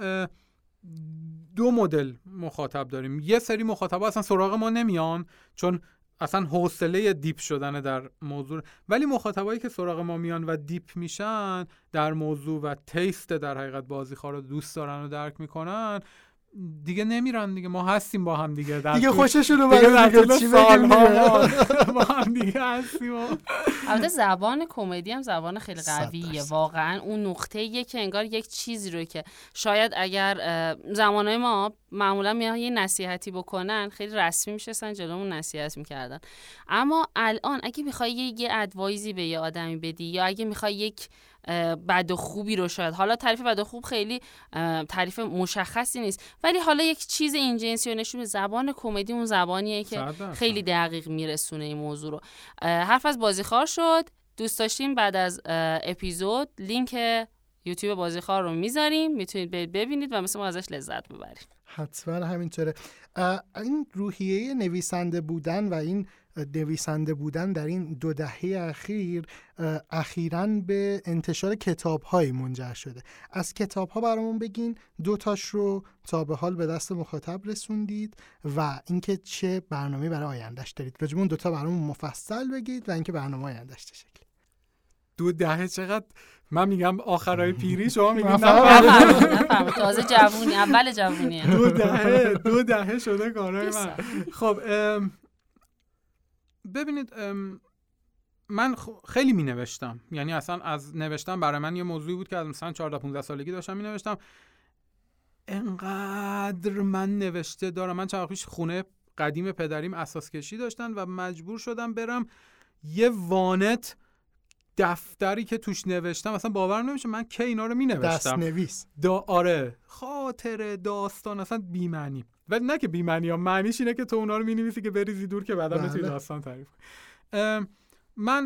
دو مدل مخاطب داریم. یه سری مخاطبا اصلا سراغ ما نمیان چون اصلا حوصله دیپ شدن در موضوع، ولی مخاطبایی که سراغ ما میان و دیپ میشن در موضوع و تیست در حقیقت بازیخوار رو دوست دارن و درک میکنن دیگه نمیرن دیگه. ما هستیم با هم دیگه دیگه خوششون اومده دیگه چی بگیم با هم دیگه هستیم. البته زبان کمدی هم زبان خیلی قویه واقعا. اون نقطه‌ایه که انگار یک چیزی رو که شاید اگر زمانهای ما معمولا میان یه نصیحتی بکنن خیلی رسمی میشستن جلومون نصیحت میکردن، اما الان اگه میخوای یه ادوایزی به یه آدمی بدی یا اگه میخوای یک بد و خوبی رو، شاید حالا تعریف بد و خوب خیلی تعریف مشخصی نیست، ولی حالا یک چیز این جنسی رو نشون، زبان کمدی اون زبانیه که خیلی دقیق میرسونه این موضوع رو. حرف از بازیخوار شد، دوست داشتیم بعد از اپیزود لینک یوتیوب بازیخوار رو میذاریم، میتونید ببینید و مثل ما ازش لذت ببرید. حتما همینطوره. این روحیه نویسنده بودن و این نویسنده بودن در این دو دهه اخیر اخیراً به انتشار کتاب‌های منجر شده. از کتاب‌ها برامون بگین، دو تاش رو تا به حال به دست مخاطب رسوندید و اینکه چه برنامه‌ای برای آیندهش دارید. راجع به اون دو تا برامون مفصل بگید و اینکه برنامه آیندهش چه شکلی. دو دهه چقدر؟ من میگم آخرای پیری، شما میگید نه تازه جوونی، اول جوونیه. دو دهه دو دهه شده کارهای من. خب ببینید، من خیلی می نوشتم، یعنی اصلا از نوشتم برای من یه موضوعی بود که از مثلا چهارده پانزده سالگی داشتم می نوشتم. انقدر من نوشته دارم. من چند پیش خونه قدیم پدریم اساس کشی داشتن و مجبور شدم برم یه وانت دفتری که توش نوشتم، اصلا باور نمیشه من که اینا رو می نوشتم. دست نویس. دا آره، خاطره، داستان، اصلا بی معنی. ولی نه که بی معنی ها، معنیش اینه که تو اونا رو می نویسی که بریزی دور که بعدا بتونی داستان تعریف کنی. من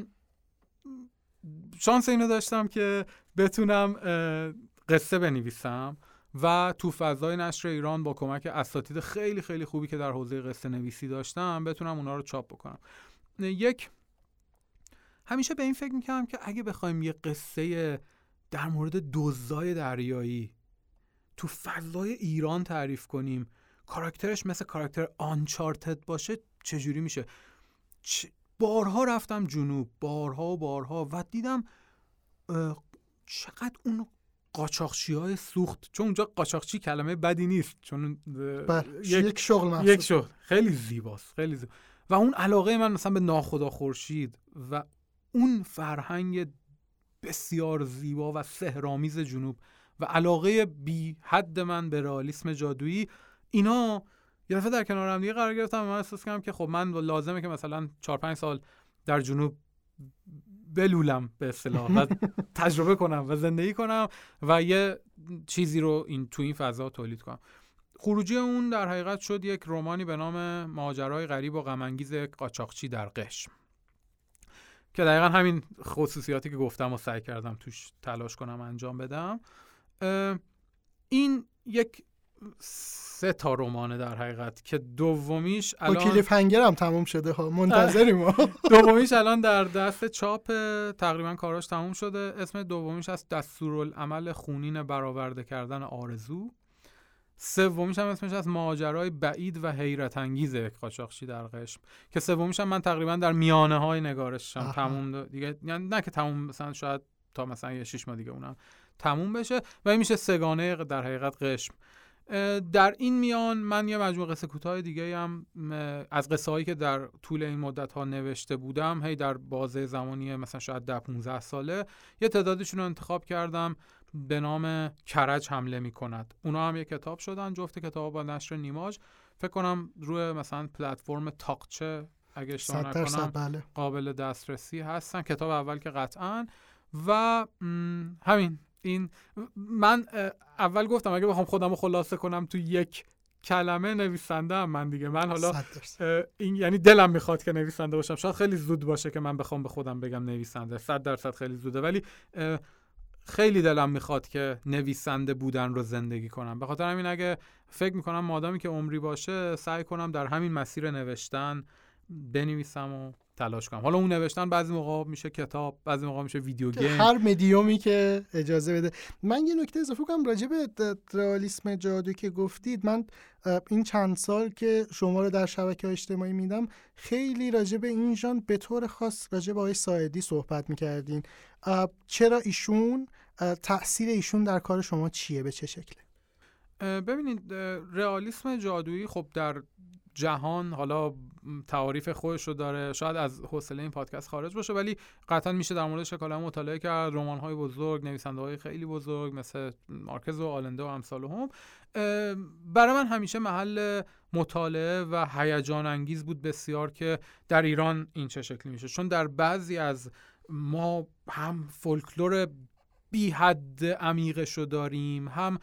شانس اینو داشتم که بتونم قصه بنویسم و تو فضای نشر ایران با کمک اساتید خیلی خیلی خوبی که در حوزه قصه نویسی داشتم بتونم اونا رو چاپ بکنم. یک همیشه به این فکر میکنم که اگه بخوایم یه قصه در مورد دزدای دریایی تو فضای ایران تعریف کنیم، کاراکترش مثل کاراکتر آنچارتد باشه، چجوری میشه؟ چ... بارها رفتم جنوب، بارها و بارها، و دیدم چقدر اون قاچاقچی های سوخت، چون اونجا قاچاقچی کلمه بدی نیست، چون یک, یک شغل محسوب. یک شغل خیلی زیباست، خیلی زیبا. و اون علاقه من مثلا به ناخدا خورشید و اون فرهنگ بسیار زیبا و سحرآمیز جنوب و علاقه بی حد من به رئالیسم جادویی، اینا یه دفعه در کنار هم دیگه قرار گرفتم و من احساس کردم که خب من لازمه که مثلا چهار پنج سال در جنوب بلولم به اصطلاح و تجربه کنم و زندگی کنم و یه چیزی رو این تو این فضا تولید کنم. خروجی اون در حقیقت شد یک رمانی به نام ماجرای غریب و غم انگیز قاچاقچی در قشم که دقیقاً همین خصوصیاتی که گفتم و سعی کردم توش تلاش کنم انجام بدم. این یک سه تا رمانه در حقیقت که دومیش الان با کلیف هنگر هم تموم شده ها، منتظریم ما. دومیش الان در دست چاپ، تقریبا کاراش تموم شده. اسم دومیش از دستورالعمل خونین برآورده کردن آرزو. سومیش هم اسمش از ماجرای بعید و حیرت انگیز قاچاقچی در قشم که سومیش هم من تقریبا در میانه های نگارشم تموم دیگه، یعنی نه که تموم، مثلا شاید تا مثلا یه شش ماه دیگه اونم تموم بشه و این میشه سگانه در حقیقت قشم. در این میان من یه مجموعه قصه کوتاه دیگه هم از قصه هایی که در طول این مدت ها نوشته بودم، هی در بازه زمانی مثلا شاید ده پانزده ساله، یه تعدادشون رو انتخاب کردم به نام کرج حمله می کند. اونا هم یه کتاب شدن، جفت کتاب با نشر نیماج، فکر کنم روی مثلا پلتفرم تاقچه اگه اشتباه نکنم بله. قابل دسترسی هستن. کتاب اول که قطعاً و همین. این من اول گفتم اگه بخوام خودم رو خلاصه کنم تو یک کلمه، نویسنده هم من دیگه. من حالا این یعنی دلم میخواد که نویسنده باشم، شاید خیلی زود باشه که من بخوام به خودم بگم نویسنده، صد درصد خیلی زوده، ولی خیلی دلم میخواد که نویسنده بودن رو زندگی کنم. به خاطر همین اگه فکر میکنم مادامی که عمری باشه سعی کنم در همین مسیر نوشتن بنویسم و تلاش کنم. حالا اون نوشتن بعضی موقع میشه کتاب، بعضی موقع میشه ویدیو گیم، هر مدیومی که اجازه بده. من یه نکته اضافه کنم راجع به رئالیسم جادویی که گفتید. من این چند سال که شما رو در شبکه‌های اجتماعی میدم خیلی راجع به این ژانر به طور خاص راجع به آقای ساعدی صحبت میکردین. چرا ایشون، تأثیر ایشون در کار شما چیه، به چه شکله؟ ببینید رئالیسم جادویی خب در جهان حالا تعاریف خودش رو داره، شاید از حوصله این پادکست خارج باشه، ولی قطعا میشه در موردش کاملا مطالعه کرد. رمان‌های بزرگ، نویسنده‌های خیلی بزرگ مثل مارکز و آلنده و امثالهم برای من همیشه محل مطالعه و هیجان انگیز بود بسیار که در ایران این چه شکلی میشه، چون در بعضی از ما هم فولکلور بی حد عمیقشو داریم، هم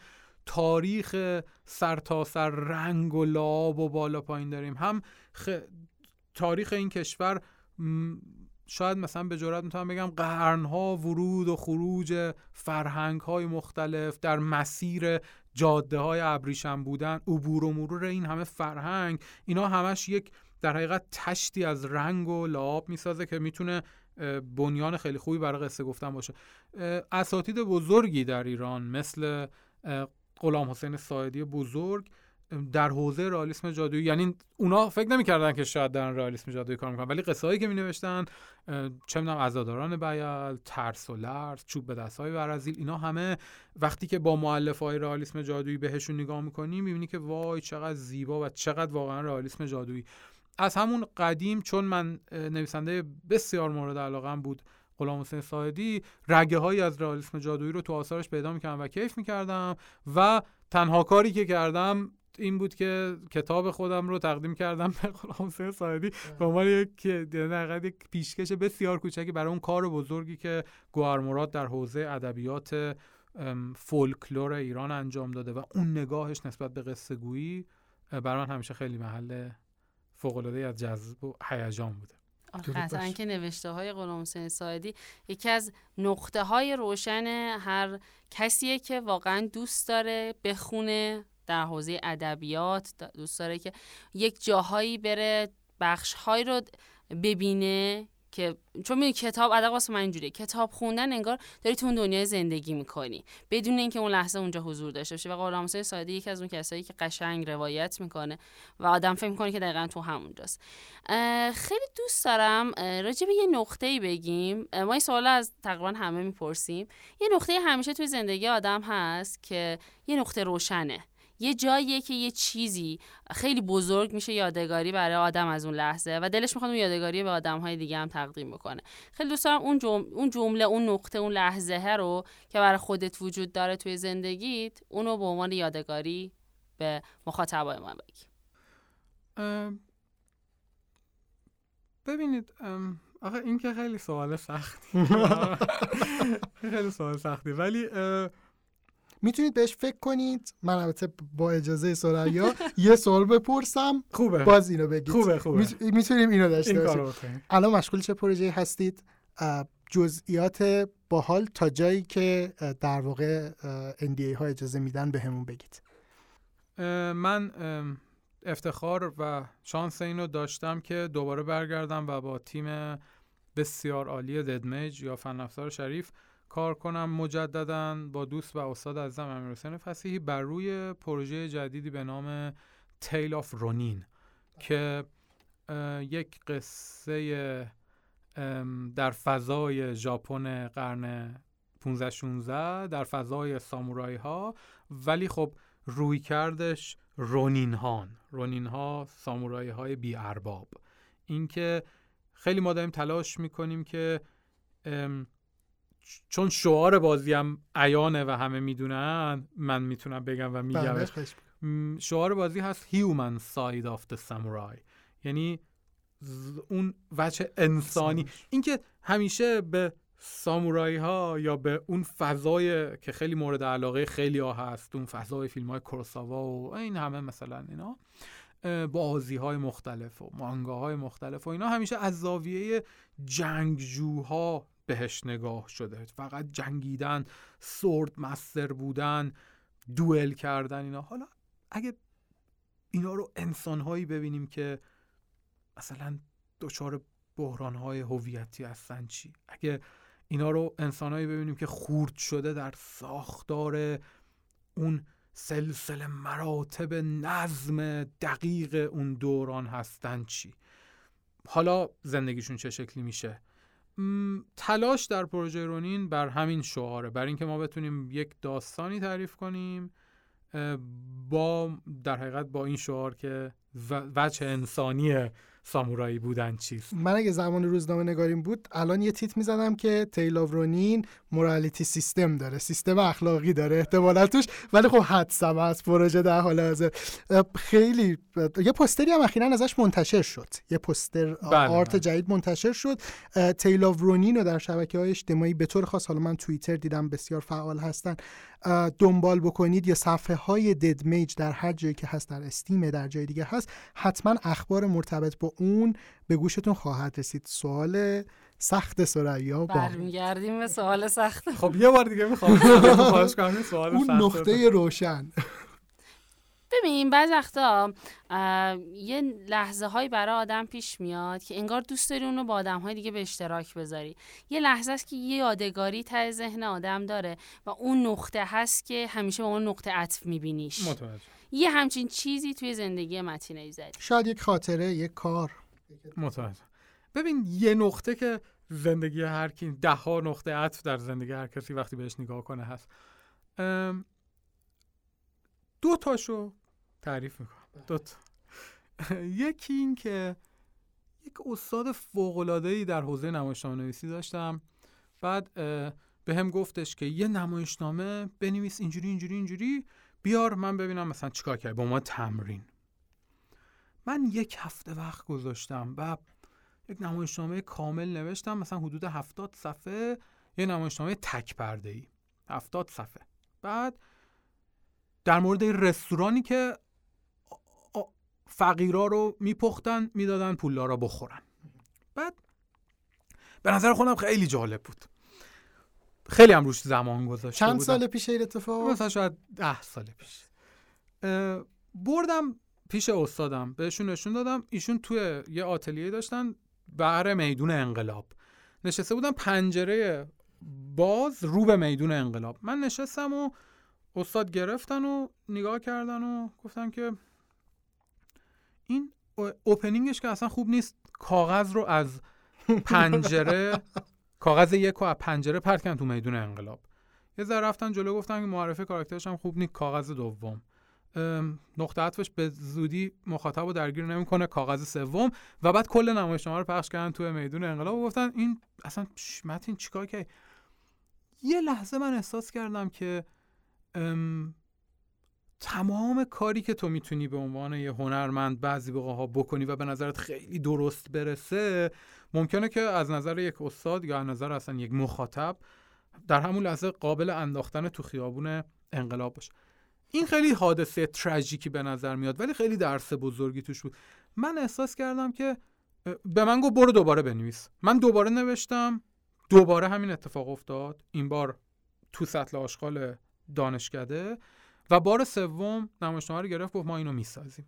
تاریخ سرتاسر رنگ و لعاب و بالا پایین داریم، هم خ... تاریخ این کشور م... شاید مثلا به جرات میتونم بگم قرنها ورود و خروج فرهنگ‌های مختلف در مسیر جاده‌های ابریشم بودن، عبور و مرور این همه فرهنگ، اینا همش یک در حقیقت تشتی از رنگ و لعاب میسازه که میتونه بنیان خیلی خوبی برای قصه گفتن باشه. اساتید بزرگی در ایران مثل غلام حسین ساعدی بزرگ در حوزه رئالیسم جادویی، یعنی اونا فکر نمی‌کردن که شاید در رئالیسم جادویی کار می‌کنن، ولی قصه‌هایی که می‌نوشتن، چه می‌دونم عزاداران بیل، ترس و لرز، چوب به دست‌های برازیل، اینا همه وقتی که با مؤلفه‌های رئالیسم جادویی بهشون نگاه می‌کنی می‌بینی که وای چقدر زیبا و چقدر واقعا رئالیسم جادویی. از همون قدیم، چون من نویسنده بسیار مورد علاقه‌ام بود غلام حسین ساعدی، رگه‌هایی از رئالیسم جادویی رو تو آثارش پیدا می‌کردم و کیف می‌کردم و تنها کاری که کردم این بود که کتاب خودم رو تقدیم کردم به غلام حسین ساعدی به عنوان یک در یک پیشکش بسیار کوچکی برای اون کار بزرگی که گوهر مراد در حوزه ادبیات فولکلور ایران انجام داده و اون نگاهش نسبت به قصه گویی برای من همیشه خیلی محل فوق‌العاده از جذب و هیجان بوده. قطعاً که نوشته های غلام حسین ساعدی یکی از نقطه های روشن هر کسیه که واقعاً دوست داره بخونه در حوزه ادبیات، دوست داره که یک جاهایی بره بخش‌هایی رو ببینه که چون می‌دونی کتاب ادب واسه من اینجوریه، کتاب خوندن انگار داری تو اون دنیای زندگی می‌کنی بدون اینکه اون لحظه اونجا حضور داشته باشه. و غلام حسین ساعدی یکی از اون کسایی که قشنگ روایت می‌کنه و آدم فکر می‌کنه که دقیقاً تو همونجاست. خیلی دوست دارم راجع به یه نقطه‌ای بگیم. ما این سوال از تقریباً همه می‌پرسیم. یه نقطه همیشه توی زندگی آدم هست که یه نقطه روشنه، یه جاییه که یه چیزی خیلی بزرگ میشه یادگاری برای آدم از اون لحظه و دلش میخواد اون یادگاری به آدم‌های دیگه هم تقدیم بکنه. خیلی دوست دارم اون جمله اون جمله اون نقطه اون لحظه رو که برای خودت وجود داره توی زندگیت، اونو به عنوان یادگاری به مخاطبای ما بگی. ببینید آخه این که خیلی سوال سختی خیلی سوال سختی ولی میتونید بهش فکر کنید. من البته با اجازه سریا یه سوال بپرسم، خوبه باز اینو بگید. خوبه خوبه میتونیم اینو داشته این باشیم. الان مشغول چه پروژه‌ای هستید؟ جزئیات باحال تا جایی که در واقع ان دی ای ها اجازه میدن بهمون بگید. من افتخار و شانس اینو داشتم که دوباره برگردم و با تیم بسیار عالی ددمیج یا فن افزار شریف کار کنم مجدداً با دوست و استاد عزیزم امیرحسین فصیحی بر روی پروژه جدیدی به نام تیل آف رونین که یک قصه در فضای ژاپن قرن پانزده شانزده در فضای سامورایی ها، ولی خب روی کردش رونین هان رونین ها سامورایی های بی ارباب. این که خیلی ما داریم تلاش میکنیم که چون شعار بازی هم عیانه و همه میدونن، من میتونم بگم و میگم، شعار بازی هست Human Side of the Samurai، یعنی اون وجه انسانی. این که همیشه به سامورایی ها یا به اون فضای که خیلی مورد علاقه خیلی ها هست، اون فضای فیلم های کوروساوا و این همه مثلا اینا، بازی های مختلف و مانگاهای مختلف و اینا، همیشه از زاویه جنگجوها بهش نگاه شده، فقط جنگیدن، سورد مستر بودن، دوئل کردن اینا. حالا اگه اینا رو انسان‌هایی ببینیم که مثلا دچار بحران‌های هویتی هستن چی؟ اگه اینا رو انسانایی ببینیم که خورد شده در ساختار اون سلسله مراتب نظم دقیق اون دوران هستن چی؟ حالا زندگیشون چه شکلی میشه؟ تلاش در پروژه رونین بر همین شعاره، بر اینکه ما بتونیم یک داستانی تعریف کنیم با در حقیقت با این شعار که وجه انسانی سامورایی بودن چیست. من اگه زمان روزنامه نگاریم بود الان یه تیتر میزدم که تیل آف رونین مورالیتی سیستم داره، سیستم اخلاقی داره احتمالاً توش، ولی خب حدسم از پروژه در حال حاضر. خیلی یه پوستری هم اخیراً ازش منتشر شد، یه پوستر بله آرت بله. جدید منتشر شد. تیل آف رونین رو در شبکه‌های اجتماعی به طور خاص، حالا من توییتر دیدم بسیار فعال هستن، دنبال بکنید. یا صفحه های دد میج در هر جایی که هست، در استیم، در جای دیگه هست، حتما اخبار مرتبط با اون به گوشتون خواهد رسید. سوال سخت ثریا با برمیگردیم به سوال سخت. خب یه بار دیگه میخوام خواهش کنم سوال سخت. اون نقطه روشن. ببین بعض وقتا یه لحظه هایی برای آدم پیش میاد که انگار دوست داری اونو با آدم های دیگه به اشتراک بذاری. یه لحظه است که یه یادگاری ته ذهن آدم داره و اون نقطه هست که همیشه با اون نقطه عطف میبینیش. متوجه. یه همچین چیزی توی زندگی متین ایزدی. شاید یک خاطره، یک کار. متوجه. ببین یه نقطه که زندگی هر کی، ده ها نقطه عطف در زندگی هر کسی وقتی بهش نگاه کنه هست. دو تاشو تعریف میکنم. دو تا. یکی این که یک استاد فوق‌العاده‌ای در حوزه نمایشنامه نویسی داشتم. بعد به هم گفتش که یه نمایشنامه بنویس اینجوری اینجوری اینجوری، بیار من ببینم مثلا چیکار کردی با ما تمرین. من یک هفته وقت گذاشتم و یک نمایشنامه کامل نوشتم، مثلا حدود هفتاد صفحه، یه نمایشنامه تک پرده‌ای هفتاد صفحه. بعد در مورد رستورانی که فقیرا رو میپختن میدادن پولا رو بخورن. بعد به نظر خودم خیلی جالب بود، خیلی هم روش زمان گذاشته بودم. چند سال پیش این اتفاق؟ مثلا شاید ده سال پیش. بردم پیش استادم، بهشون نشون دادم. ایشون توی یه آتلیه داشتن بهر میدون انقلاب، نشسته بودن پنجره باز رو به میدون انقلاب. من نشستم و استاد گرفتن و نگاه کردن و گفتن که این اوپنینگش که اصلا خوب نیست، کاغذ رو از پنجره کاغذ یکو از پنجره پرت کردن تو میدون انقلاب. یه ذره رفتن جلو گفتن که معرفی کاراکترش هم خوب نیست، کاغذ دوم، نقطه عطفش به زودی مخاطب رو درگیر نمیکنه، کاغذ سوم. و بعد کل نمایشنامه رو پخش کردن تو میدون انقلاب و گفتن این اصلا متین چیکار کردی؟ یه لحظه من احساس کردم که تمام کاری که تو میتونی به عنوان یه هنرمند بعضی موقع‌ها بکنی و به نظرت خیلی درست برسه، ممکنه که از نظر یک استاد یا از نظر اصلا یک مخاطب در همون لحظه قابل انداختن تو خیابون انقلاب باشه. این خیلی حادثه تراژیکی به نظر میاد ولی خیلی درس بزرگی توش بود. من احساس کردم که به من گفت برو دوباره بنویس. من دوباره نوشتم، دوباره همین اتفاق افتاد، این بار تو سطل آشغال دانشکده. و بار سوم نمایشنامه رو گرفت گفت ما اینو میسازیم.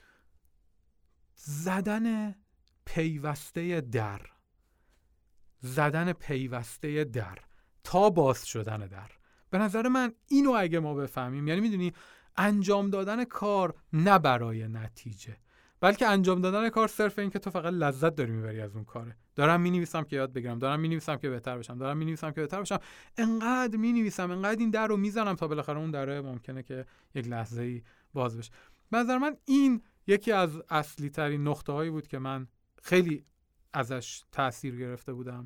زدن پیوسته در زدن پیوسته در تا باز شدن در، به نظر من اینو اگه ما بفهمیم، یعنی میدونی انجام دادن کار نه برای نتیجه، بلکه انجام دادن کار صرف این که تو فقط لذت داری میبری از اون کاره. دارم مینویسم که یاد بگیرم، دارم مینویسم که بهتر بشم، دارم مینویسم که بهتر بشم، انقدر مینویسم، انقدر این در رو میزنم تا بالاخره اون دره ممکنه که یک لحظه‌ای باز بشه. به نظر من این یکی از اصلی ترین نقطه هایی بود که من خیلی ازش تأثیر گرفته بودم.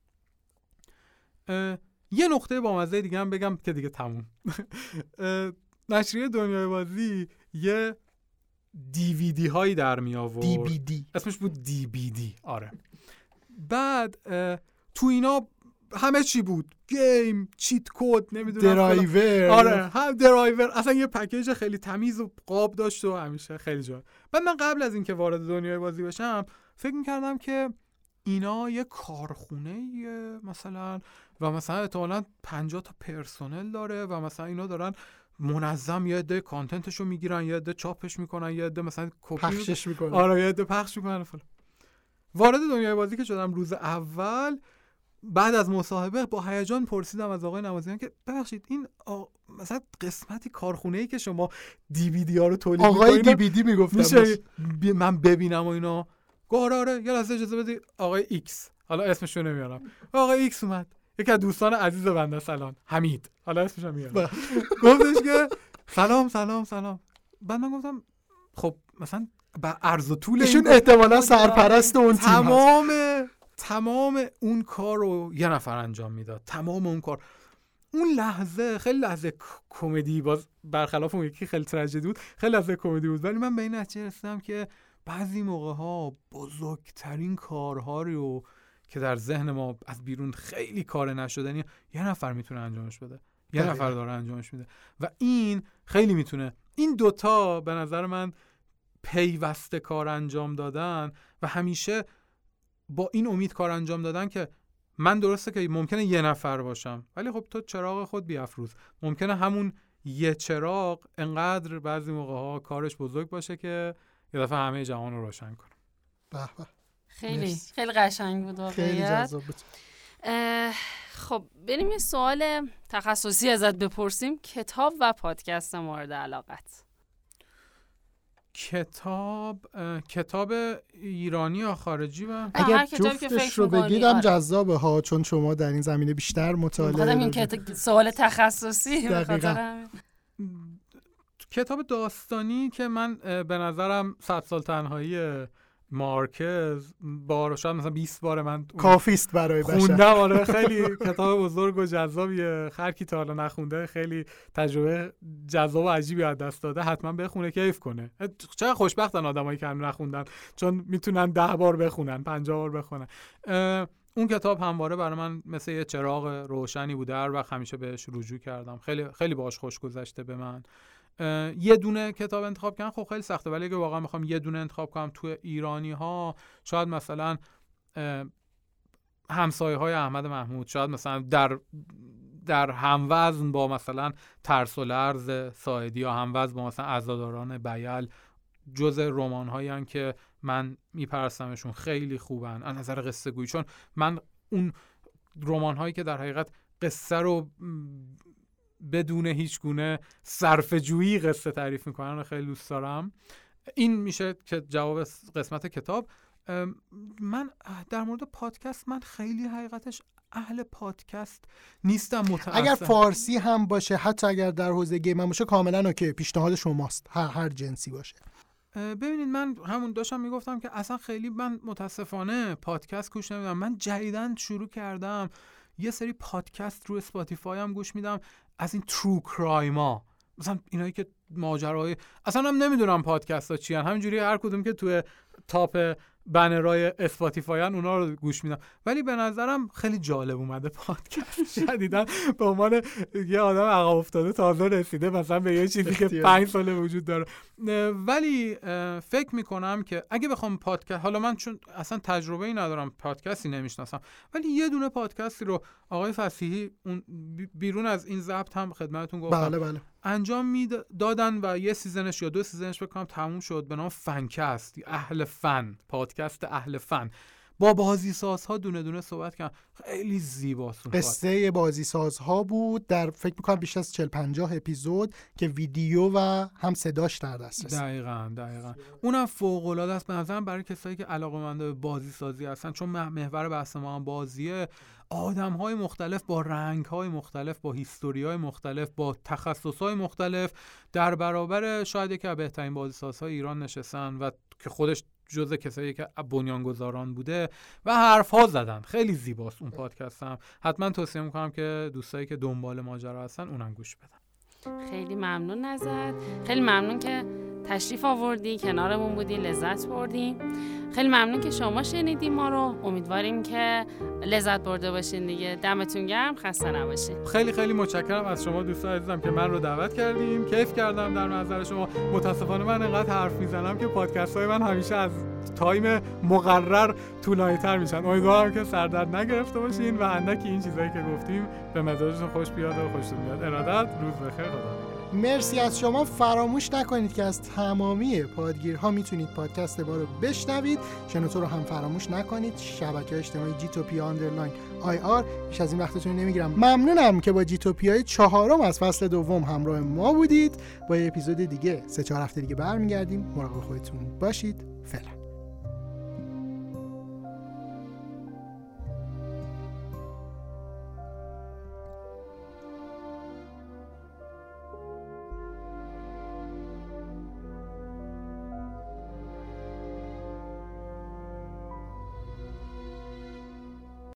یه نقطه با مزه دیگه هم بگم که دیگه تموم. نشریه دنیای بازی یه دیویدی هایی در می آورد، دی بی دی اسمش بود دی بی دی. آره. بعد تو اینا همه چی بود، گیم، چیت کد، نمیدونم درایور. آره هم درایور، اصلا یه پکیج خیلی تمیز و قاب داشت و همیشه خیلی جالب. بعد من قبل از اینکه وارد دنیای بازی بشم فکر می‌کردم که اینا یه کارخونه مثلا و مثلا احتمالاً پنجاه تا پرسنل داره و مثلا اینا دارن منظم یه عده کانتنتشو میگیرن، یه عده چاپش میکنن، یه عده مثلا کپی پخشش میکنن. آره یه عده پخش میکنن فلان. وارد دنیای بازی که شدم روز اول، بعد از مصاحبه با هیجان پرسیدم از آقای نوازیان که ببخشید این آ... مثلا قسمتی کارخونه‌ای که شما دی وی دی ها رو تولید می‌کنید آقای دی وی دی میگفتم میشه ب... من ببینم و اینا. گفت آره یه لحظه اجازه بدید. آقای ایکس، حالا اسمش رو نمیارم، آقای ایکس اومد، یکی از دوستان عزیز بنده سلام حمید، حالا اسمش رو میارم، گفتش که سلام سلام سلام. بعد من گفتم خب مثلا با عرض و طول ایشون احتمالاً سرپرست اون تیم تمام تمام اون کار رو یه نفر انجام میداد، تمام اون کار. اون لحظه خیلی لحظه کمدی، باز برخلاف اون یکی خیلی تراژدی بود، خیلی لحظه کمدی بود، ولی من به این نتیجه رسیدم که بعضی موقع ها بزرگترین کارها رو که در ذهن ما از بیرون خیلی کار نشدنی یه نفر میتونه انجامش بده، یه دقیقا. نفر داره انجامش میده و این خیلی میتونه. این دوتا به نظر من پیوسته کار انجام دادن و همیشه با این امید کار انجام دادن که من درسته که ممکنه یه نفر باشم ولی خب تو چراغ خود بیافروز. ممکنه همون یه چراغ انقدر بعضی موقع ها کارش بزرگ باشه که یه دفعه همه جهان رو روشن کنه. به به، خیلی مرسی. خیلی قشنگ بود واقعیت. خیلی جذاب بود. خب بریم یه سوال تخصصی ازت بپرسیم. کتاب و پادکست مورد علاقت؟ کتاب کتاب ایرانی یا خاطجی؟ و اگر جفتش رو بگیرم جذابه ها، چون شما در این زمینه بیشتر مطالعه خودم این کت... سوال تخصصی دقیقاً. کتاب داستانی که من به نظرم صد سال تنهایی مارکز بار شاید مثلا بیست بار من کافیست برای بشر خوندم. آره خیلی کتاب بزرگ و جذابیه، هر کی تا حالا نخونده خیلی تجربه جذاب و عجیبی از دست داده، حتما بخونه کیف کنه. چقدر خوشبختن آدمایی که هنوز نخوندن، چون میتونن ده بار بخونن، پنجاه بار بخونن. اون کتاب همواره برای من مثل یه چراغ روشنی بوده، هر وقت همیشه بهش رجوع کردم، خیلی خیلی باهاش خوش گذشته به من. یه دونه کتاب انتخاب کردن خب خیلی سخته، ولی اگه واقعا میخوام یه دونه انتخاب کنم تو ایرانی ها، شاید مثلا همسایه های احمد محمود، شاید مثلا در در هموزن با مثلا ترس و لرز ساعدی یا هموزن با مثلا عزاداران بیل، جز رمان هایی هستن که من میپرستمشون، خیلی خوبن از نظر قصه گویی، چون من اون رمان هایی که در حقیقت قصه رو بدون هیچ گونه صرفه‌جویی قصه تعریف میکنن و خیلی دوست دارم. این میشه که جواب قسمت کتاب. من در مورد پادکست، من خیلی حقیقتش اهل پادکست نیستم متأسفانه. اگر فارسی هم باشه، حتی اگر در حوزه گیم هم باشه، کاملا اوکی، پیشنهاد شماست، هر هر جنسی باشه. ببینید من همون داشتم میگفتم که اصلا خیلی من متاسفانه پادکست گوش نمیدم. من جدیداً شروع کردم یه سری پادکست رو اسپاتیفای هم گوش میدم از این ترو کرایما، مثلا اینایی که ماجرای، اصلا هم نمیدونم پادکست ها چی هن، همینجوری هر کدوم که توی تاپ بنرهای اسپاتیفای هن اونا رو گوش میدم. ولی به نظرم خیلی جالب اومده پادکست جدیدن به عنوان یه آدم عقب افتاده تازه رسیده مثلا به یه چیزی که پنج ساله وجود داره. ولی فکر میکنم که اگه بخوام پادکست، حالا من چون اصلا تجربه ای ندارم، پادکستی نمیشناسم، ولی یه دونه پادکستی رو آقای فصیحی اون بیرون از این ضبط هم خدمتتون گفتم بله بله انجام میدادن و یه سیزنش یا دو سیزنش بکنم تموم شد، به نام فنکست، اهل فن، پادکست اهل فن، با بازی سازها دونه دونه صحبت کردن، خیلی زیباست. قصه بازی سازها بود در فکر میکنم بیشتر از چهل پنجاه اپیزود که ویدیو و هم صداش در دسترس. دقیقاً دقیقاً اونم فوق العاده است به نظرم برای کسایی که علاقه‌مند به بازی سازی هستن، چون محور بحث ما هم بازیه. آدم‌های مختلف با رنگ‌های مختلف، با هیستوری‌های مختلف، با تخصص‌های مختلف در برابر شاید یکی از بهترین بازیسازهای ایران نشستن و که خودش جزء کسایی که بنیانگذاران بوده و حرف‌ها زدن. خیلی زیباست اون پادکست هم، حتما توصیه می‌کنم که دوستایی که دنبال ماجرا هستن اونم گوش بدن. خیلی ممنون ازت، خیلی ممنون که تشریف آوردی، کنارمون بودی، لذت بردیم. خیلی ممنون که شما شنیدیم ما رو، امیدواریم که لذت برده باشین دیگه. دمتون گرم، خسته نباشین. خیلی خیلی متشکرم از شما دوستان عزیزم که من رو دعوت کردیم، کیف کردم در نظر شما. متاسفانه من انقدر حرف میزنم که پادکست های من همیشه از تایم مقرر طولانی‌تر میشن. امیدوارم که سردرد نگرفته باشین و اندکی این چیزایی که گفتیم به مزاجتون خوش بیاد و خوشتون بیاد. ارادت، روز بخیر، خدا نگهدار. مرسی از شما. فراموش نکنید که از تمامی پادگیرها میتونید پادکست ما رو بشنوید. شنوتو رو هم فراموش نکنید. شبکه اجتماعی جیتوپیا آندرلاین آی آر. بیش از این وقتتون نمیگیرم. ممنونم که با جیتوپیای چهارم از فصل دوم همراه ما بودید. با یه اپیزود دیگه سه چهار هفته دیگه برمیگردیم. مراقب خودتون باشید. فعلا.